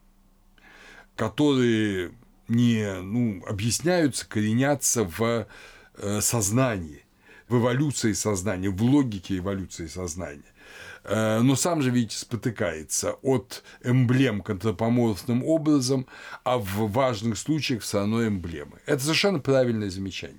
которые не ну, объясняются, коренятся в сознании, в эволюции сознания, в логике эволюции сознания. Но сам же, видите, спотыкается от эмблем к антропоморфным образом, а в важных случаях все равно эмблемы. Это совершенно правильное замечание.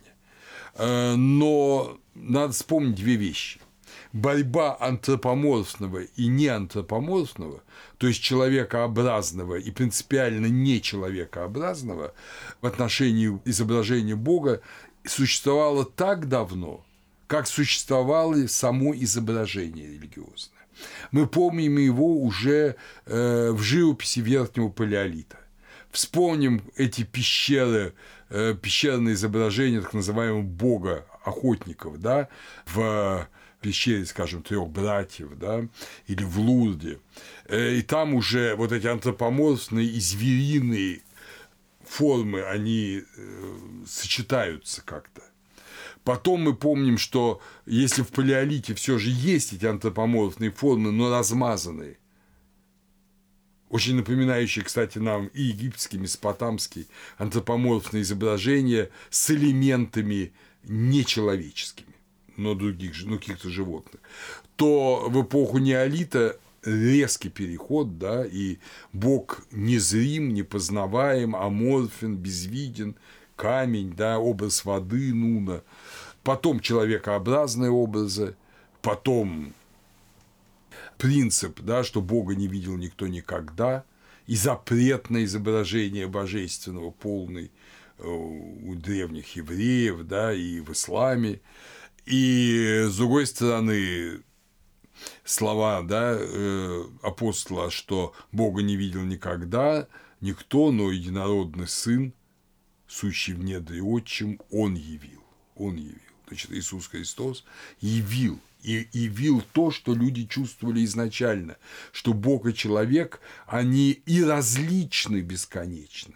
Но надо вспомнить две вещи. Борьба антропоморфного и неантропоморфного, то есть человекообразного и принципиально нечеловекообразного в отношении изображения Бога существовала так давно, как существовало само изображение религиозное. Мы помним его уже в живописи Верхнего Палеолита. Вспомним эти пещеры, пещерные изображения так называемого бога охотников, да, в пещере, скажем, трех братьев, да, или в Лурде. И там уже вот эти антропоморфные и звериные формы, они сочетаются как-то. Потом мы помним, что если в палеолите все же есть эти антропоморфные формы, но размазанные, очень напоминающие, кстати, нам и египетские, и месопотамские антропоморфные изображения с элементами нечеловеческими, но других, ну, каких-то животных, то в эпоху неолита резкий переход, да, и Бог незрим, непознаваем, аморфен, безвиден, камень, да, образ воды, Нуна, потом человекообразные образы, потом принцип, да, что Бога не видел никто никогда, и запрет на изображение божественного полный у древних евреев, да, и в исламе, и с другой стороны слова, да, апостола, что Бога не видел никогда никто, но единородный Сын, сущий в недре Отчим, Он явил, Он явил. Значит, Иисус Христос явил, и явил то, что люди чувствовали изначально, что Бог и человек, они и различны бесконечно,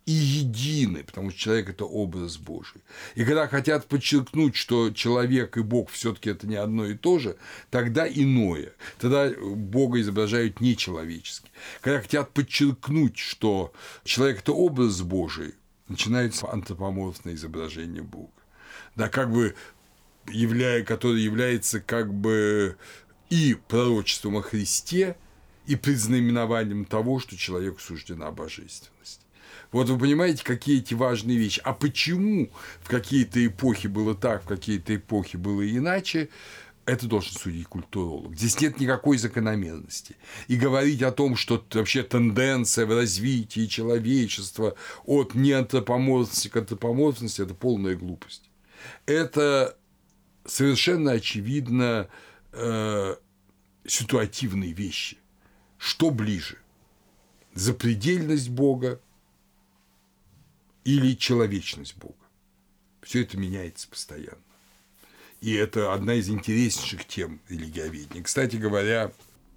и едины, потому что человек – это образ Божий. И когда хотят подчеркнуть, что человек и Бог все-таки это не одно и то же, тогда иное. Тогда Бога изображают нечеловечески. Когда хотят подчеркнуть, что человек – это образ Божий, начинается антропоморфное изображение Бога. Да, как бы являя, который является как бы и пророчеством о Христе, и предзнаменованием того, что человеку суждена божественность. Вот вы понимаете, какие эти важные вещи. А почему в какие-то эпохи было так, в какие-то эпохи было иначе, это должен судить культуролог. Здесь нет никакой закономерности. И говорить о том, что вообще тенденция в развитии человечества от неантропоморфности к антропоморфности – это полная глупость. Это совершенно очевидно э, ситуативные вещи. Что ближе? Запредельность Бога или человечность Бога? Все это меняется постоянно. И это одна из интереснейших тем религиоведения. Кстати говоря,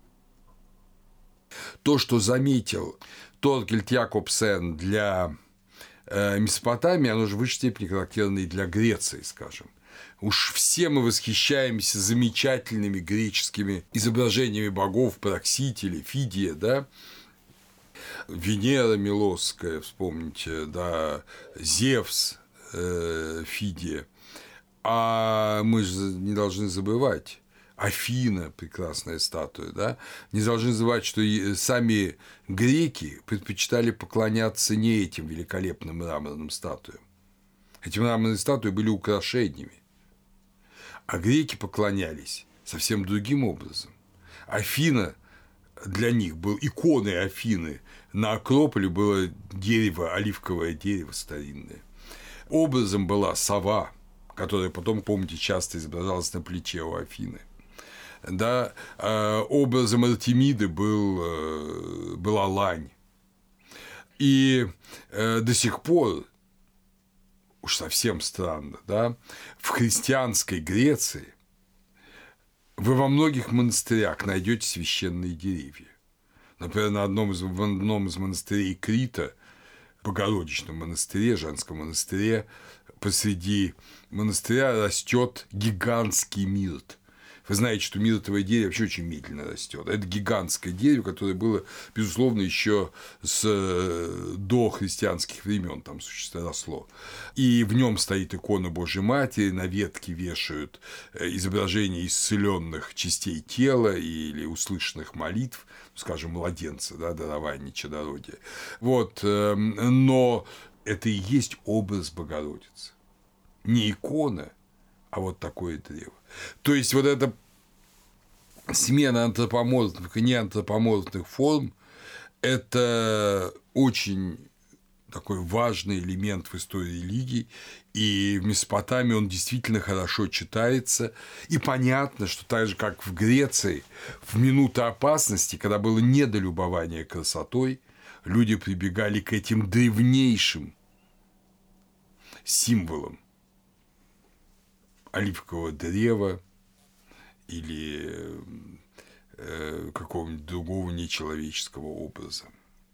то, что заметил Торкельд Якобсен для э, Месопотамии, оно же в высшей степени характерно и для Греции, скажем. Уж все мы восхищаемся замечательными греческими изображениями богов, Проксителя, Фидия, да, Венера Милосская, вспомните, да, Зевс, э, Фидия. А мы же не должны забывать, Афина, прекрасная статуя, да, не должны забывать, что и сами греки предпочитали поклоняться не этим великолепным мраморным статуям. Эти мраморные статуи были украшениями. А греки поклонялись совсем другим образом. Афина для них был иконой Афины. На Акрополе было дерево, оливковое дерево старинное. Образом была сова, которая потом, помните, часто изображалась на плече у Афины. Да, образом Артемиды был, была лань. И до сих пор, уж совсем странно, да, в христианской Греции вы во многих монастырях найдете священные деревья. Например, на одном из, в одном из монастырей Крита, Богородичном монастыре, женском монастыре, посреди монастыря растет гигантский мирт. Вы знаете, что миртовое дерево вообще очень медленно растет. Это гигантское дерево, которое было, безусловно, еще с дохристианских времен там росло. И в нем стоит икона Божьей Матери, на ветке вешают изображения исцеленных частей тела или услышанных молитв, скажем, младенца, да, дарования чадородия. Вот, но это и есть образ Богородицы. Не икона, а вот такое древо. То есть вот эта смена антропоморфных и неантропоморфных форм – это очень такой важный элемент в истории религии, и в Месопотамии он действительно хорошо читается, и понятно, что так же, как в Греции, в минуты опасности, когда было недолюбование красотой, люди прибегали к этим древнейшим символам оливкового древа или э, какого-нибудь другого нечеловеческого образа.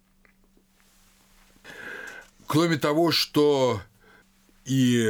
Кроме того, что и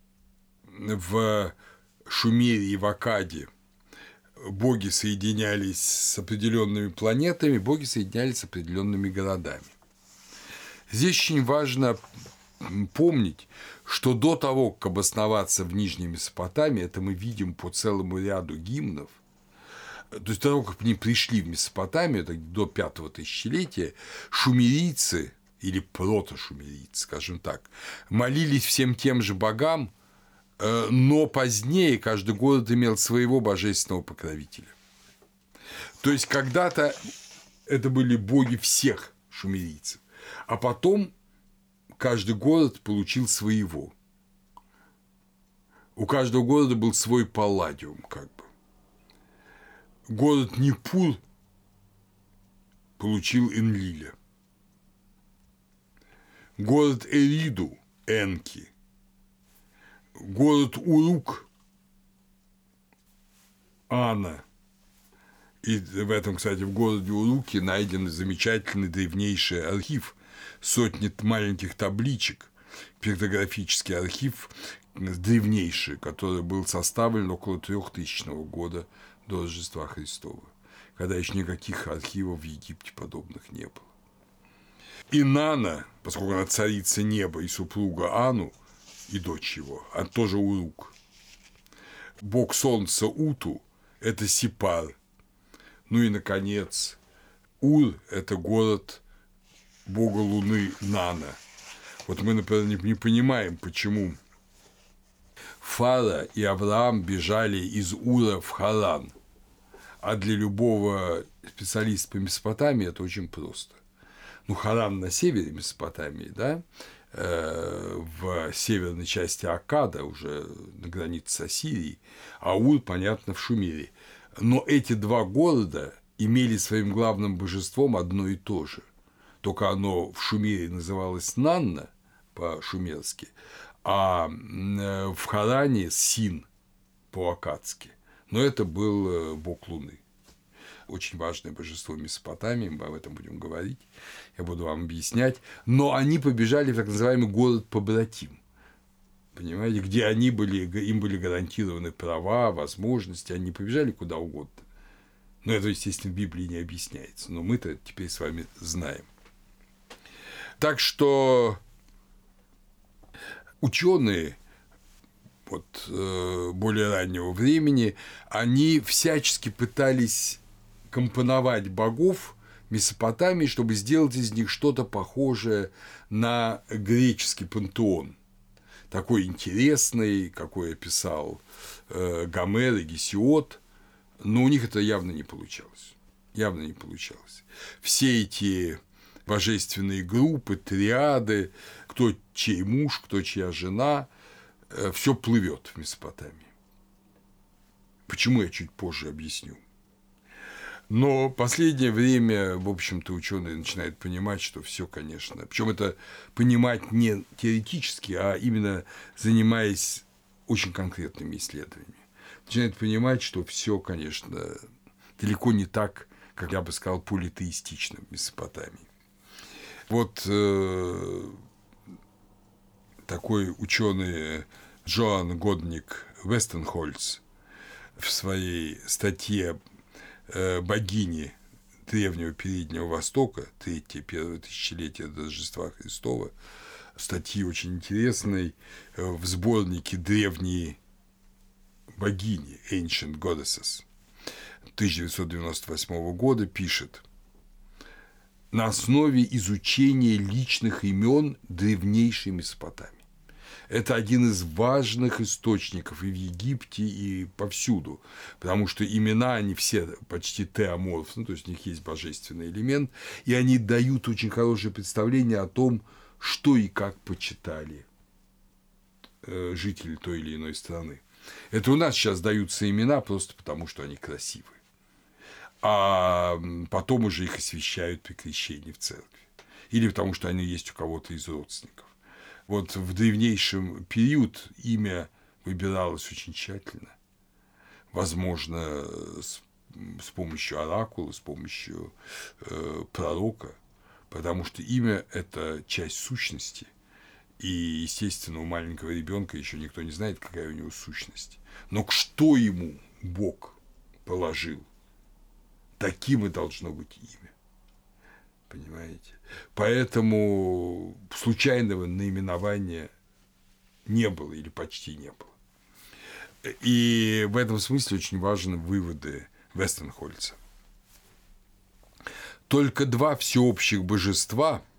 в Шумере и в Аккаде боги соединялись с определенными планетами, боги соединялись с определенными городами. Здесь очень важно помнить, что до того, как обосноваться в Нижней Месопотамии, это мы видим по целому ряду гимнов, то есть до того, как они пришли в Месопотамию, это до пятого тысячелетия, шумерийцы или протошумерийцы, скажем так, молились всем тем же богам, но позднее каждый город имел своего божественного покровителя. То есть когда-то это были боги всех шумерийцев, а потом каждый город получил своего. У каждого города был свой палладиум, как бы. Город Непур получил Энлиля. Город Эриду – Энки. Город Урук – Ана. И в этом, кстати, в городе Уруке найден замечательный древнейший архив сотни маленьких табличек, пиктографический архив древнейший, который был составлен около трехтысячного года до Рождества Христова, когда еще никаких архивов в Египте подобных не было. Инанна, поскольку она царица неба и супруга Ану, и дочь его, а тоже Урук. Бог солнца Уту – это Сипар. Ну и, наконец, Ур – это город бога Луны Нана. Вот мы, например, не понимаем, почему Фара и Авраам бежали из Ура в Харан. А для любого специалиста по Месопотамии это очень просто. Ну, Харан на севере Месопотамии, да, в северной части Аккада, уже на границе с Ассирией, а Ур, понятно, в Шумере. Но эти два города имели своим главным божеством одно и то же. Только оно в Шумере называлось Нанна по-шумерски, а в Харане Син по-аккадски. Но это был бог Луны. Очень важное божество Месопотамии, мы об этом будем говорить, я буду вам объяснять. Но они побежали в так называемый город-побратим, понимаете, где они были, им были гарантированы права, возможности, они побежали куда угодно. Но это, естественно, в Библии не объясняется, но мы-то теперь с вами знаем. Так что ученые вот, более раннего времени, они всячески пытались компоновать богов Месопотамии, чтобы сделать из них что-то похожее на греческий пантеон. Такой интересный, какой описал Гомер и Гесиод, но у них это явно не получалось. Явно не получалось. Все эти божественные группы, триады, кто чей муж, кто чья жена, все плывет в Месопотамии. Почему, я чуть позже объясню. Но в последнее время, в общем-то, ученые начинают понимать, что все, конечно, причем это понимать не теоретически, а именно занимаясь очень конкретными исследованиями. Начинают понимать, что все, конечно, далеко не так, как я бы сказал, политеистично в Месопотамии. Вот э, такой ученый Джоан Годник Вестенхольц в своей статье «Богини древнего Переднего Востока», третье первое тысячелетие до Рождества Христова, статьи очень интересной в сборнике «Древние богини» Ancient Goddesses тысяча девятьсот девяносто восьмого года пишет: на основе изучения личных имен древнейшей Месопотамии. Это один из важных источников и в Египте, и повсюду, потому что имена, они все почти теоморфны, то есть у них есть божественный элемент, и они дают очень хорошее представление о том, что и как почитали жители той или иной страны. Это у нас сейчас даются имена просто потому, что они красивые, а потом уже их освящают при крещении в церкви, или потому что они есть у кого-то из родственников. Вот в древнейшем период имя выбиралось очень тщательно, возможно, с, с помощью оракула, с помощью э, пророка, потому что имя – это часть сущности, и, естественно, у маленького ребенка еще никто не знает, какая у него сущность. Но что ему Бог положил, таким и должно быть имя. Понимаете? Поэтому случайного наименования не было или почти не было. И в этом смысле очень важны выводы Вестенхольца. Только два всеобщих божества –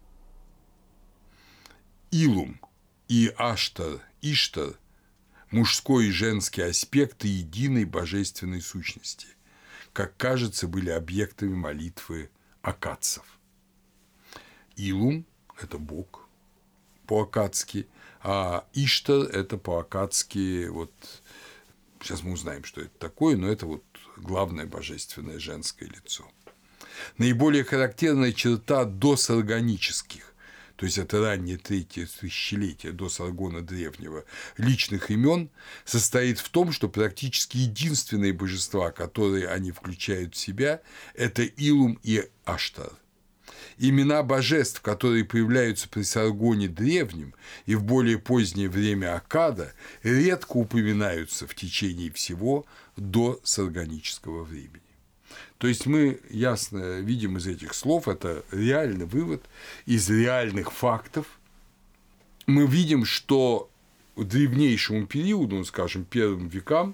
Илум и Аштар, Иштар – мужской и женский аспекты единой божественной сущности, как кажется, были объектами молитвы аккадцев. Илум – это бог по-аккадски, а Иштар – это по-аккадски, вот, сейчас мы узнаем, что это такое, но это вот главное божественное женское лицо. Наиболее характерная черта досаргонических, то есть это раннее третье тысячелетие до Саргона древнего, личных имен, состоит в том, что практически единственные божества, которые они включают в себя, это Илум и Аштар. Имена божеств, которые появляются при Саргоне древнем и в более позднее время Аккада, редко упоминаются в течение всего до саргонического времени. То есть мы ясно видим из этих слов, это реальный вывод, из реальных фактов, мы видим, что в древнейшему периоду, ну, скажем, первым векам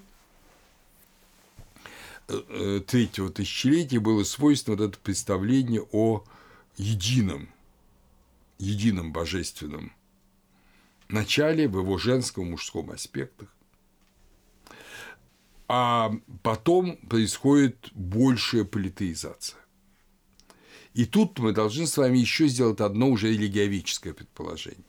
третьего тысячелетия было свойственно вот это представление о едином, едином божественном начале в его женском и мужском аспектах. А потом происходит большая политеизация. И тут мы должны с вами еще сделать одно уже религиоведческое предположение.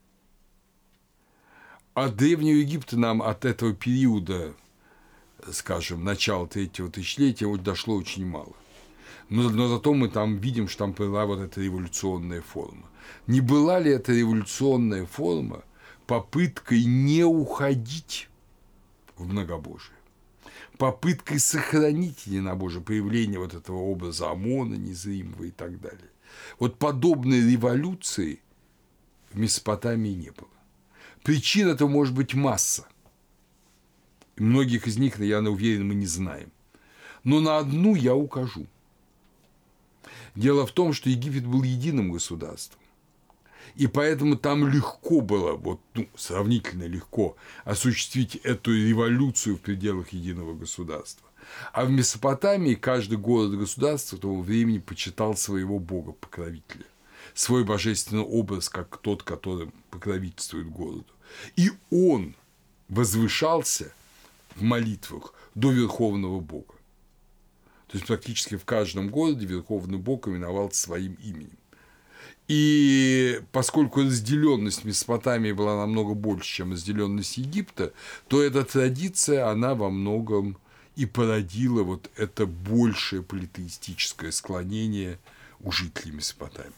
От Древнего Египта нам от этого периода, скажем, начала третьего тысячелетия вот дошло очень мало. Но, но зато мы там видим, что там была вот эта революционная форма. Не была ли эта революционная форма попыткой не уходить в многобожие? Попыткой сохранить единобожие, появление вот этого образа Амона незримого и так далее. Вот подобной революции в Месопотамии не было. Причин этого может быть масса. И многих из них, я уверен, мы не знаем. Но на одну я укажу. Дело в том, что Египет был единым государством. И поэтому там легко было, вот, ну, сравнительно легко осуществить эту революцию в пределах единого государства. А в Месопотамии каждый город-государство того времени почитал своего бога-покровителя, свой божественный образ, как тот, который покровительствует городу. И он возвышался в молитвах до верховного бога. То есть практически в каждом городе верховный бог именовался своим именем. И поскольку разделенность Месопотамии была намного больше, чем разделенность Египта, то эта традиция, она во многом и породила вот это большее политеистическое склонение у жителей Месопотамии.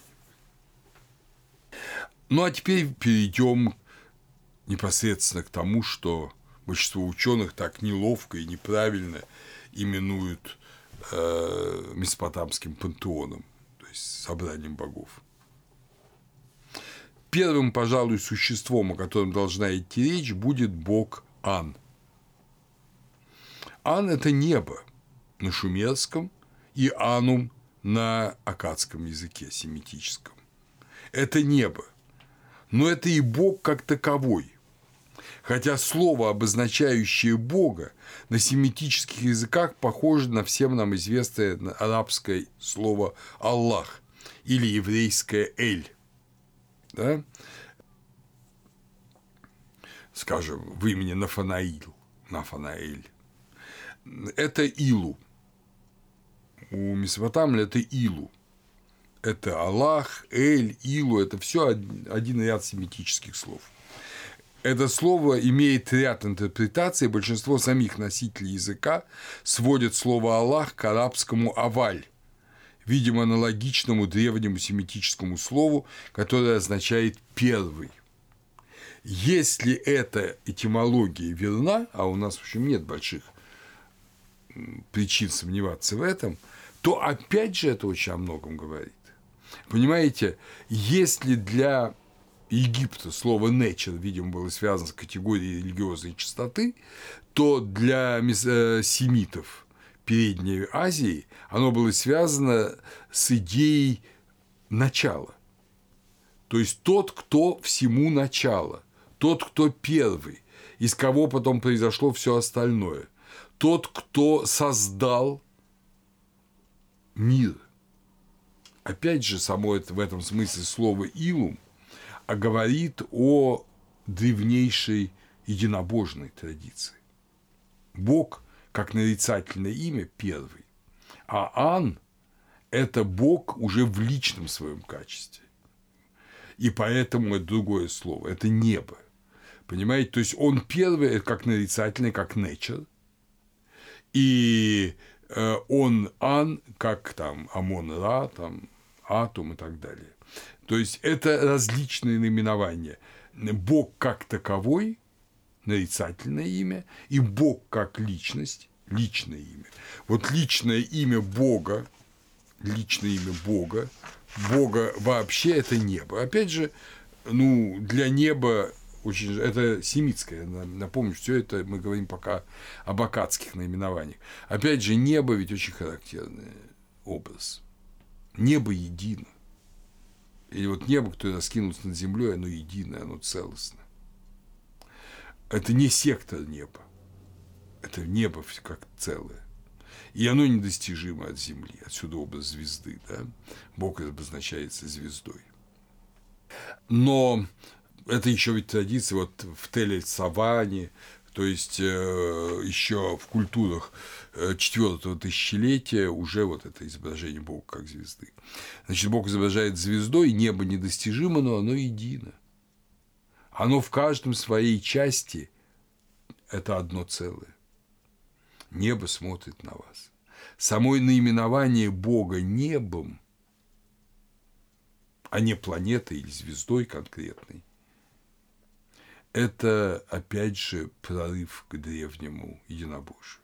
Ну а теперь перейдем непосредственно к тому, что большинство ученых так неловко и неправильно именуют э, месопотамским пантеоном, то есть собранием богов. Первым, пожалуй, существом, о котором должна идти речь, будет бог Ан. Ан – это небо на шумерском и Анум на аккадском языке семитическом. Это небо, но это и бог как таковой. Хотя слово, обозначающее бога, на семитических языках похоже на всем нам известное арабское слово «Аллах» или еврейское «Эль». Да? Скажем, в имени Нафанаил, Нафанаэль. Это Илу. У Месопотамии это Илу. Это Аллах, Эль, Илу. Это все один ряд семитических слов. Это слово имеет ряд интерпретаций. Большинство самих носителей языка сводят слово Аллах к арабскому «аваль», видимо, аналогичному древнему семитическому слову, которое означает «первый». Если эта этимология верна, а у нас, в общем, нет больших причин сомневаться в этом, то опять же это очень о многом говорит. Понимаете, если для Египта слово «nature», видимо, было связано с категорией религиозной чистоты, то для семитов Передней Азии оно было связано с идеей начала. То есть тот, кто всему начало, тот, кто первый, из кого потом произошло все остальное, тот, кто создал мир. Опять же, само это в этом смысле слово «илум» говорит о древнейшей единобожной традиции. Бог, как нарицательное имя, первый, а Ан – это Бог уже в личном своем качестве. И поэтому это другое слово – это небо. Понимаете? То есть он первый – это как нарицательное, как nature, и он Ан, как там Амон-Ра, там Атум и так далее. То есть это различные наименования. Бог как таковой, нарицательное имя, и Бог как личность, личное имя. Вот личное имя Бога личное имя Бога. Бога вообще это небо. Опять же, ну, для неба очень... Это семитское. Напомню, все это мы говорим пока об аккадских наименованиях. Опять же, небо ведь очень характерный образ. Небо едино. И вот небо, которое раскинулось над землей, оно единое, оно целостно. Это не сектор неба. Это небо как целое. И оно недостижимо от земли. Отсюда образ звезды. Да? Бог обозначается звездой. Но это еще ведь традиция вот в Тель-Саване, то есть э, еще в культурах четвёртого тысячелетия уже вот это изображение Бога как звезды. Значит, Бог изображает звездой, небо недостижимо, но оно едино. Оно в каждом своей части – это одно целое. Небо смотрит на вас. Само наименование Бога небом, а не планетой или звездой конкретной, это, опять же, прорыв к древнему единобожию.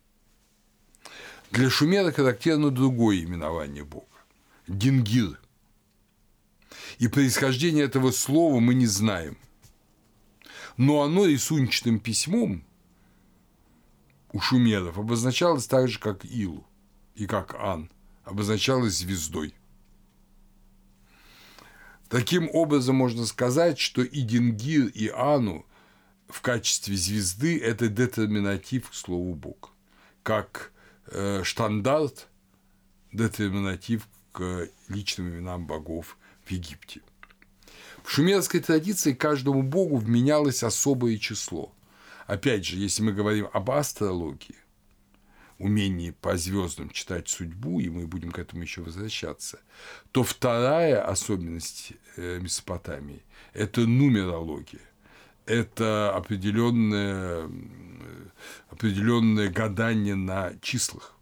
Для шумера характерно другое именование Бога – Дингир. И происхождение этого слова мы не знаем. Но оно рисуночным письмом у шумеров обозначалось так же, как Илу и как Ан, обозначалось звездой. Таким образом, можно сказать, что и Дингир, и Ану в качестве звезды – это детерминатив к слову Бог, как э, штандарт – детерминатив к личным именам богов в Египте. В шумерской традиции каждому богу вменялось особое число. Опять же, если мы говорим об астрологии, умении по звездам читать судьбу, и мы будем к этому еще возвращаться, то вторая особенность Месопотамии – это нумерология. Это определенное, определенное гадание на числах.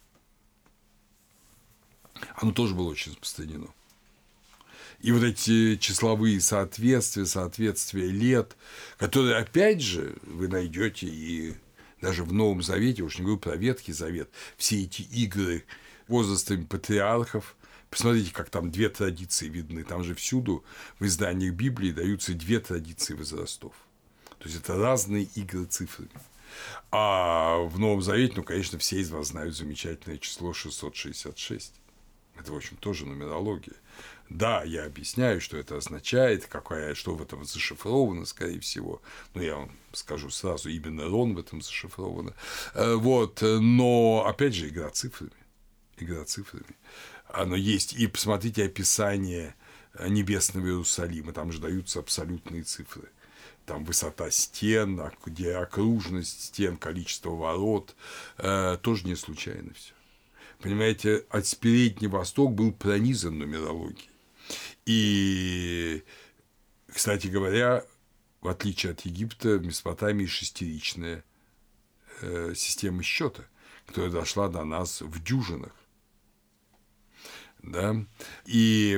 Оно тоже было очень распространено. И вот эти числовые соответствия, соответствия лет, которые, опять же, вы найдете и даже в Новом Завете, уж не говорю про Ветхий Завет, все эти игры возрастами патриархов. Посмотрите, как там две традиции видны. Там же всюду в изданиях Библии даются две традиции возрастов. То есть это разные игры цифрами. А в Новом Завете, ну, конечно, все из вас знают замечательное число шестьсот шестьдесят шесть. Это, в общем, тоже нумерология. Да, я объясняю, что это означает, какая, что в этом зашифровано, скорее всего. Но я вам скажу сразу, именно Рон в этом зашифровано. Вот. Но, опять же, игра цифрами. Игра цифрами. Оно есть. И посмотрите описание небесного Иерусалима. Там же даются абсолютные цифры. Там высота стен, где окружность стен, количество ворот. Тоже не случайно все. Понимаете, от Передний Восток был пронизан нумерологией. И, кстати говоря, в отличие от Египта, в Месопотамии шестеричная э, система счета, которая дошла до нас в дюжинах. Да? И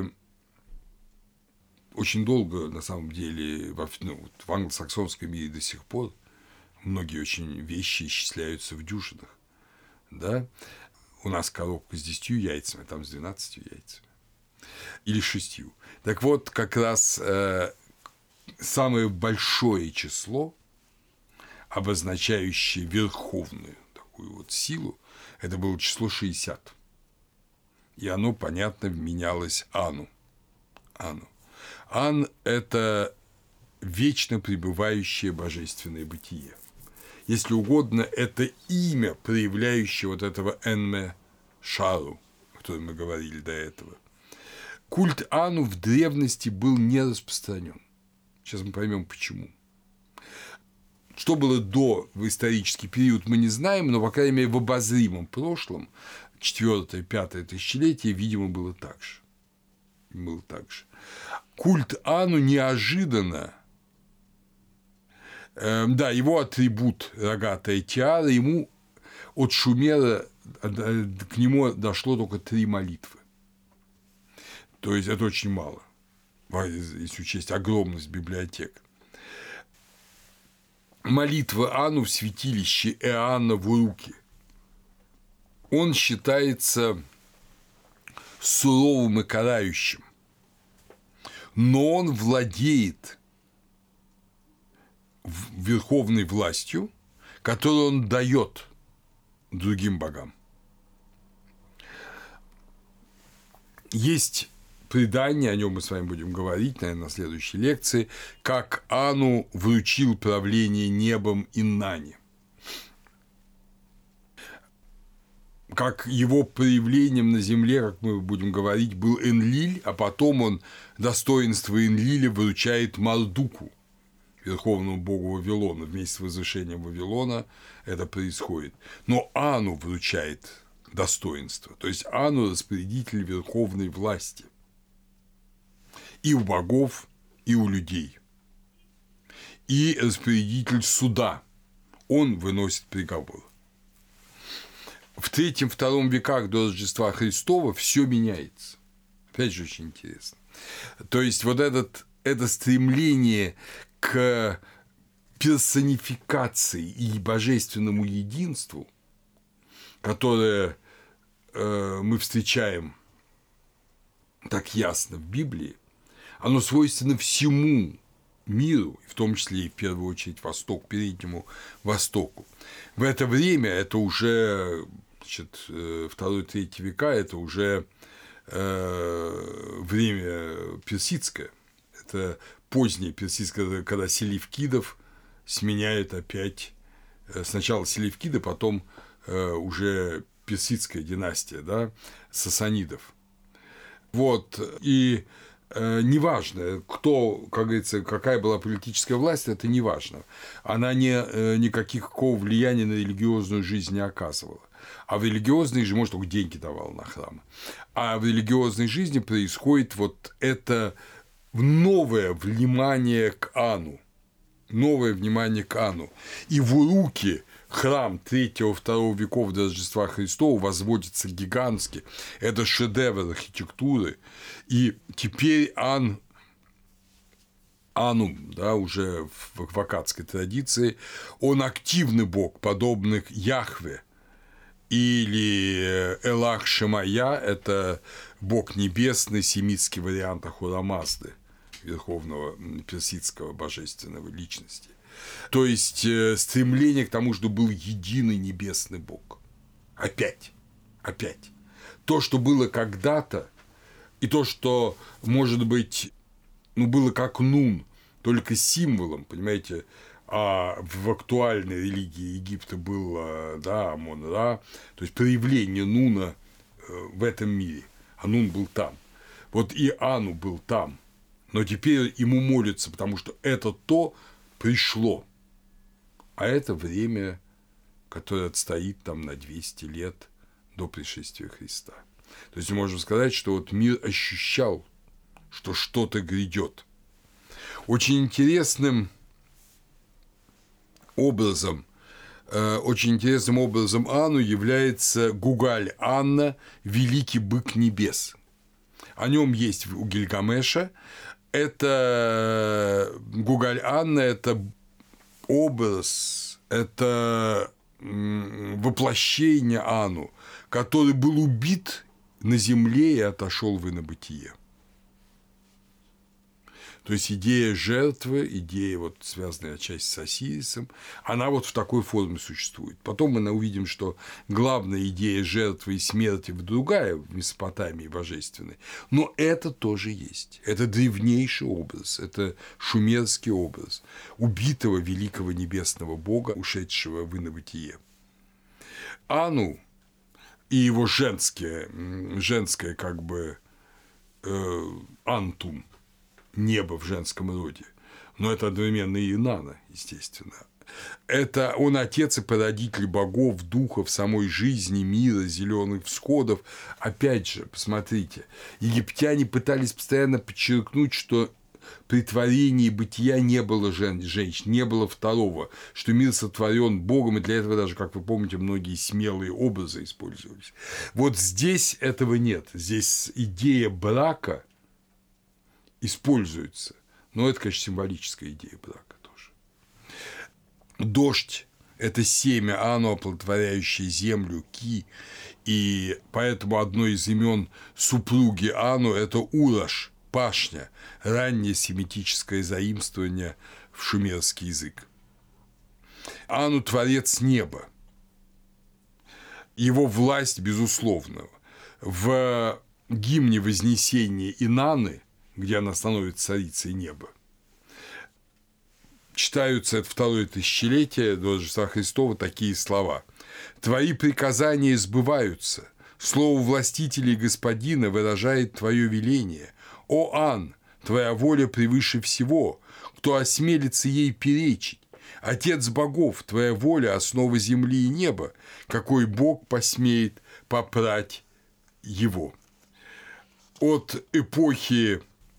очень долго, на самом деле, во, ну, в англосаксонском мире до сих пор многие очень вещи исчисляются в дюжинах. Да? У нас коробка с десятью яйцами, а там с двенадцатью яйцами. Или шестью. Так вот, как раз э, самое большое число, обозначающее верховную такую вот силу, это было число шестьдесят. И оно, понятно, вменялось Ану. Ану. Ан – это вечно пребывающее божественное бытие. Если угодно, это имя, проявляющее вот этого Энме Шару, о котором мы говорили до этого. Культ Ану в древности был не распространен. Сейчас мы поймем, почему. Что было до, в исторический период, мы не знаем, но, по крайней мере, в обозримом прошлом, четвёртое пятое тысячелетие, видимо, было так же. Было так же. Культ Ану неожиданно, э, да, его атрибут рогатая тиара, ему от Шумера к нему дошло только три молитвы. То есть это очень мало, если учесть огромность библиотек. Молитва Ану в святилище Иоанна в Уруке. Он считается суровым и карающим, но он владеет верховной властью, которую он дает другим богам. Есть предание, о нем мы с вами будем говорить, наверное, на следующей лекции, как Ану вручил правление небом Инанне. Как его проявлением на земле, как мы будем говорить, был Энлиль, а потом он достоинство Энлиля выручает Мардуку, верховному богу Вавилона. Вместе с возвышением Вавилона это происходит. Но Ану выручает достоинство, то есть Ану распорядитель верховной власти и у богов, и у людей, и распорядитель суда. Он выносит приговор. В третьем-втором веках до Рождества Христова все меняется. Опять же, очень интересно. То есть, вот этот, это стремление к персонификации и божественному единству, которое э, мы встречаем так ясно в Библии, оно свойственно всему миру, в том числе и в первую очередь Восток, Переднему Востоку. В это время это уже значит, второй-третий века, это уже э, время персидское, это позднее персидское, когда селевкидов сменяют опять сначала селевкиды, потом э, уже персидская династия, да, сасанидов. Вот, и э, неважно, кто, как говорится, какая была политическая власть, это неважно. Она не, э, никакого влияния на религиозную жизнь не оказывала. А в религиозной же, может, только деньги давал на храмы. А в религиозной жизни происходит вот это новое внимание к Ану. Новое внимание к Ану. И в Уруке храм третьего-второго веков до Рождества Христова возводится гигантски. Это шедевр архитектуры. И теперь Ан, Ану, да, уже в, в аккадской традиции, он активный бог, подобный Яхве. Или Элах Шемая – это бог небесный, семитский вариант Ахура Мазды, верховного персидского божественного личности. То есть стремление к тому, чтобы был единый небесный бог. Опять, опять. То, что было когда-то, и то, что, может быть, ну, было как Нун, только символом, понимаете, а в актуальной религии Египта был, да, Амон-Ра, то есть проявление Нуна в этом мире, а Нун был там. Вот и Ану был там, но теперь ему молятся, потому что это то пришло, а это время, которое отстоит там на двести лет до пришествия Христа. То есть мы можем сказать, что вот мир ощущал, что что-то грядет. Очень интересным образом, э, очень интересным образом Ану является Гугаль-Анна, великий бык небес. О нем есть у Гильгамеша. Это Гугаль-Анна – это образ, это воплощение Ану, который был убит на земле и отошел в инобытие. То есть идея жертвы, идея, вот, связанная отчасти с Осирисом, она вот в такой форме существует. Потом мы увидим, что главная идея жертвы и смерти другая в Месопотамии божественной, но это тоже есть. Это древнейший образ, это шумерский образ убитого великого небесного бога, ушедшего в инобытие. Ану и его женское, женское как бы э, антум, небо в женском роде, но это одновременно и Инанна, естественно. Это он отец и породитель богов, духов, самой жизни, мира, зеленых всходов. Опять же, посмотрите, египтяне пытались постоянно подчеркнуть, что при творении бытия не было жен, женщин, не было второго, что мир сотворен Богом, и для этого даже, как вы помните, многие смелые образы использовались. Вот здесь этого нет. Здесь идея брака используется. Но это, конечно, символическая идея брака тоже. Дождь Это семя Ану, оплодотворяющее землю, Ки, и поэтому одно из имен супруги Ану – это Ураш, пашня, раннее семитическое заимствование в шумерский язык. Ану – творец неба. Его власть, безусловно, в гимне Вознесения Инанны, где она становится царицей неба, читаются это второе тысячелетие до Рождества Христова такие слова: «Твои приказания сбываются, слово властителя и господина выражает твое веление. О, Ан, твоя воля превыше всего, кто осмелится ей перечить. Отец богов, твоя воля – основа земли и неба, какой бог посмеет попрать его». От эпохи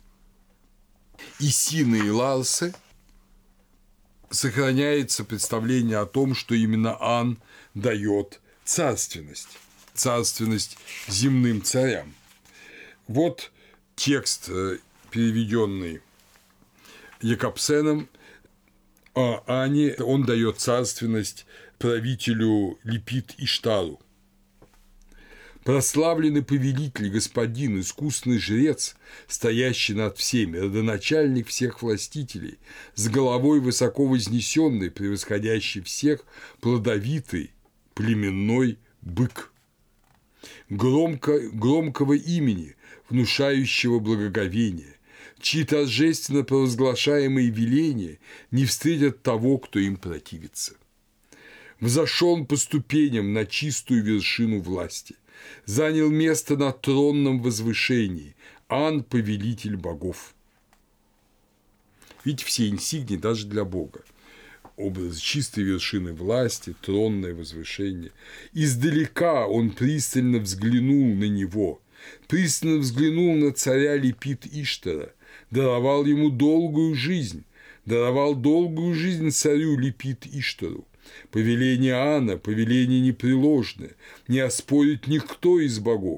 Исины и Ларсы сохраняется представление о том, что именно Ан дает царственность, царственность земным царям. Вот текст, переведенный Якобсеном о Ане, он дает царственность правителю Липит Иштару. «Прославленный повелитель, господин, искусный жрец, стоящий над всеми, родоначальник всех властителей, с головой высоко вознесенный, превосходящий всех, плодовитый, племенной бык, громко, громкого имени, внушающего благоговение, чьи торжественно провозглашаемые веления не встретят того, кто им противится. Взошел по ступеням на чистую вершину власти, занял место на тронном возвышении, Ан – повелитель богов». Видите, все инсигнии даже для Бога. Образ чистой вершины власти, тронное возвышение. Издалека он пристально взглянул на него, пристально взглянул на царя Липит Иштара, даровал ему долгую жизнь, даровал долгую жизнь царю Липит Иштару. Повеление Ана – повеление непреложное, не оспорит никто из богов.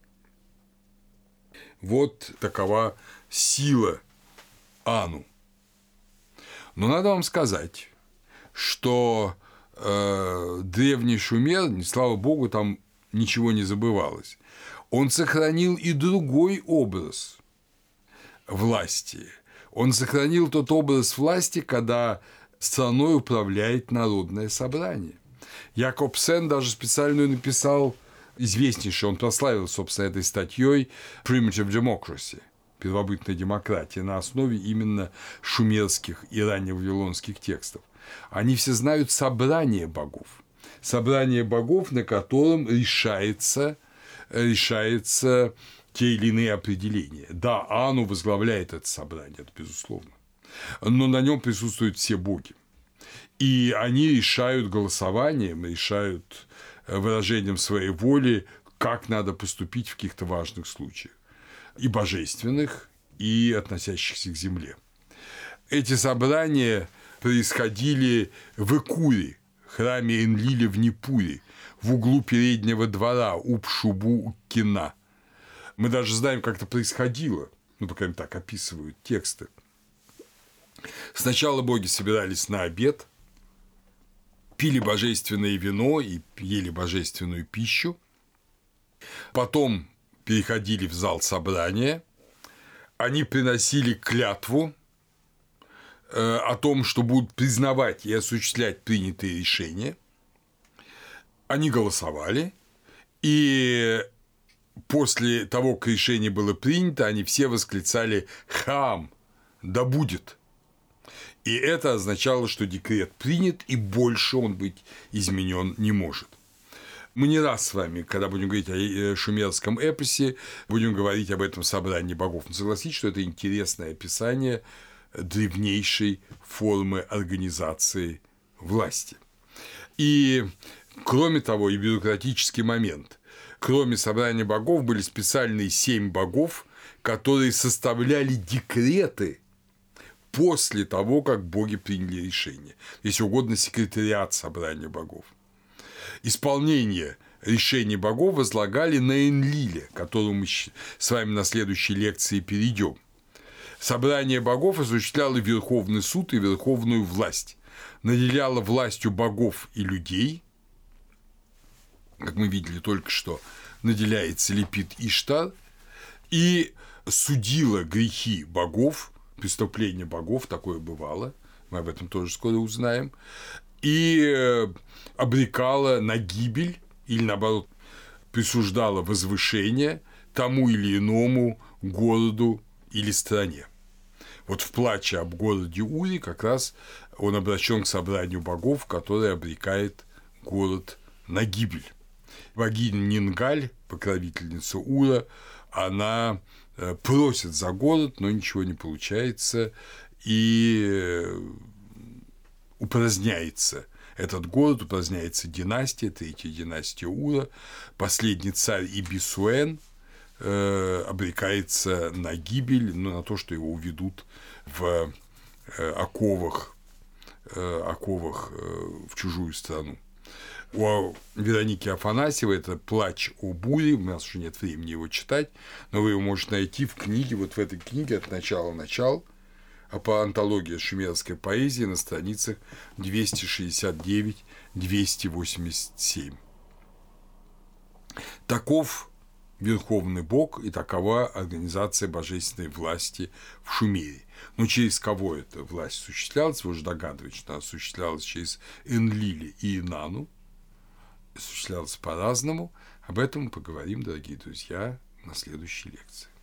Вот такова сила Ану. Но надо вам сказать, что э, древний Шумер, слава богу, там ничего не забывалось, он сохранил и другой образ власти. Он сохранил тот образ власти, когда страной управляет народное собрание. Якобсен даже специально написал известнейший, он прославил, собственно, этой статьей «Primitive Democracy», первобытная демократия, на основе именно шумерских и ранневавилонских текстов. Они все знают собрание богов. Собрание богов, на котором решается, решается те или иные определения. Да, Ану возглавляет это собрание, это безусловно. Но на нем присутствуют все боги. И они решают голосованием, решают выражением своей воли, как надо поступить в каких-то важных случаях. И божественных, и относящихся к земле. Эти собрания происходили в Экуре, храме Энлиля в Непуре, в углу переднего двора Упшубу-Кина. Мы даже знаем, как это происходило, ну, по крайней мере, так описывают тексты. Сначала боги собирались на обед, пили божественное вино и ели божественную пищу, потом переходили в зал собрания, они приносили клятву э, о том, что будут признавать и осуществлять принятые решения, они голосовали, и после того, как решение было принято, они все восклицали «Хам, да будет!». И это означало, что декрет принят, и больше он быть изменен не может. Мы не раз с вами, когда будем говорить о шумерском эпосе, будем говорить об этом собрании богов. Но согласитесь, что это интересное описание древнейшей формы организации власти. И, кроме того, и бюрократический момент. Кроме собрания богов были специальные семь богов, которые составляли декреты после того, как боги приняли решение. Если угодно, секретариат собрания богов. Исполнение решений богов возлагали на Энлиля, к которому мы с вами на следующей лекции перейдем. Собрание богов осуществляло верховный суд и верховную власть. наделяла властью богов и людей, как мы видели только что, наделяет Селепит Иштар, и судила грехи богов, преступления богов, такое бывало, мы об этом тоже скоро узнаем, и обрекала на гибель или, наоборот, присуждала возвышение тому или иному городу или стране. Вот в плаче об городе Уре как раз он обращен к собранию богов, которое обрекает город на гибель. Богиня Нингаль, покровительница Ура, она просит за город, но ничего не получается, и упраздняется этот город, упраздняется династия, третья династия Ура, последний царь Ибисуэн э, обрекается на гибель, ну, на то, что его уведут в э, оковах, э, оковах э, в чужую страну. У Вероники Афанасьевой это «Плач о буре», у нас уже нет времени его читать, но вы его можете найти в книге, вот в этой книге «От начала начал», а по антологии шумерской поэзии на страницах двести шестьдесят девять — двести восемьдесят семь. Таков Верховный Бог и такова организация божественной власти в Шумере. Но через кого эта власть осуществлялась, вы уже догадываетесь, что она осуществлялась через Энлили и Инану, осуществлялась по-разному. Об этом мы поговорим, дорогие друзья, на следующей лекции.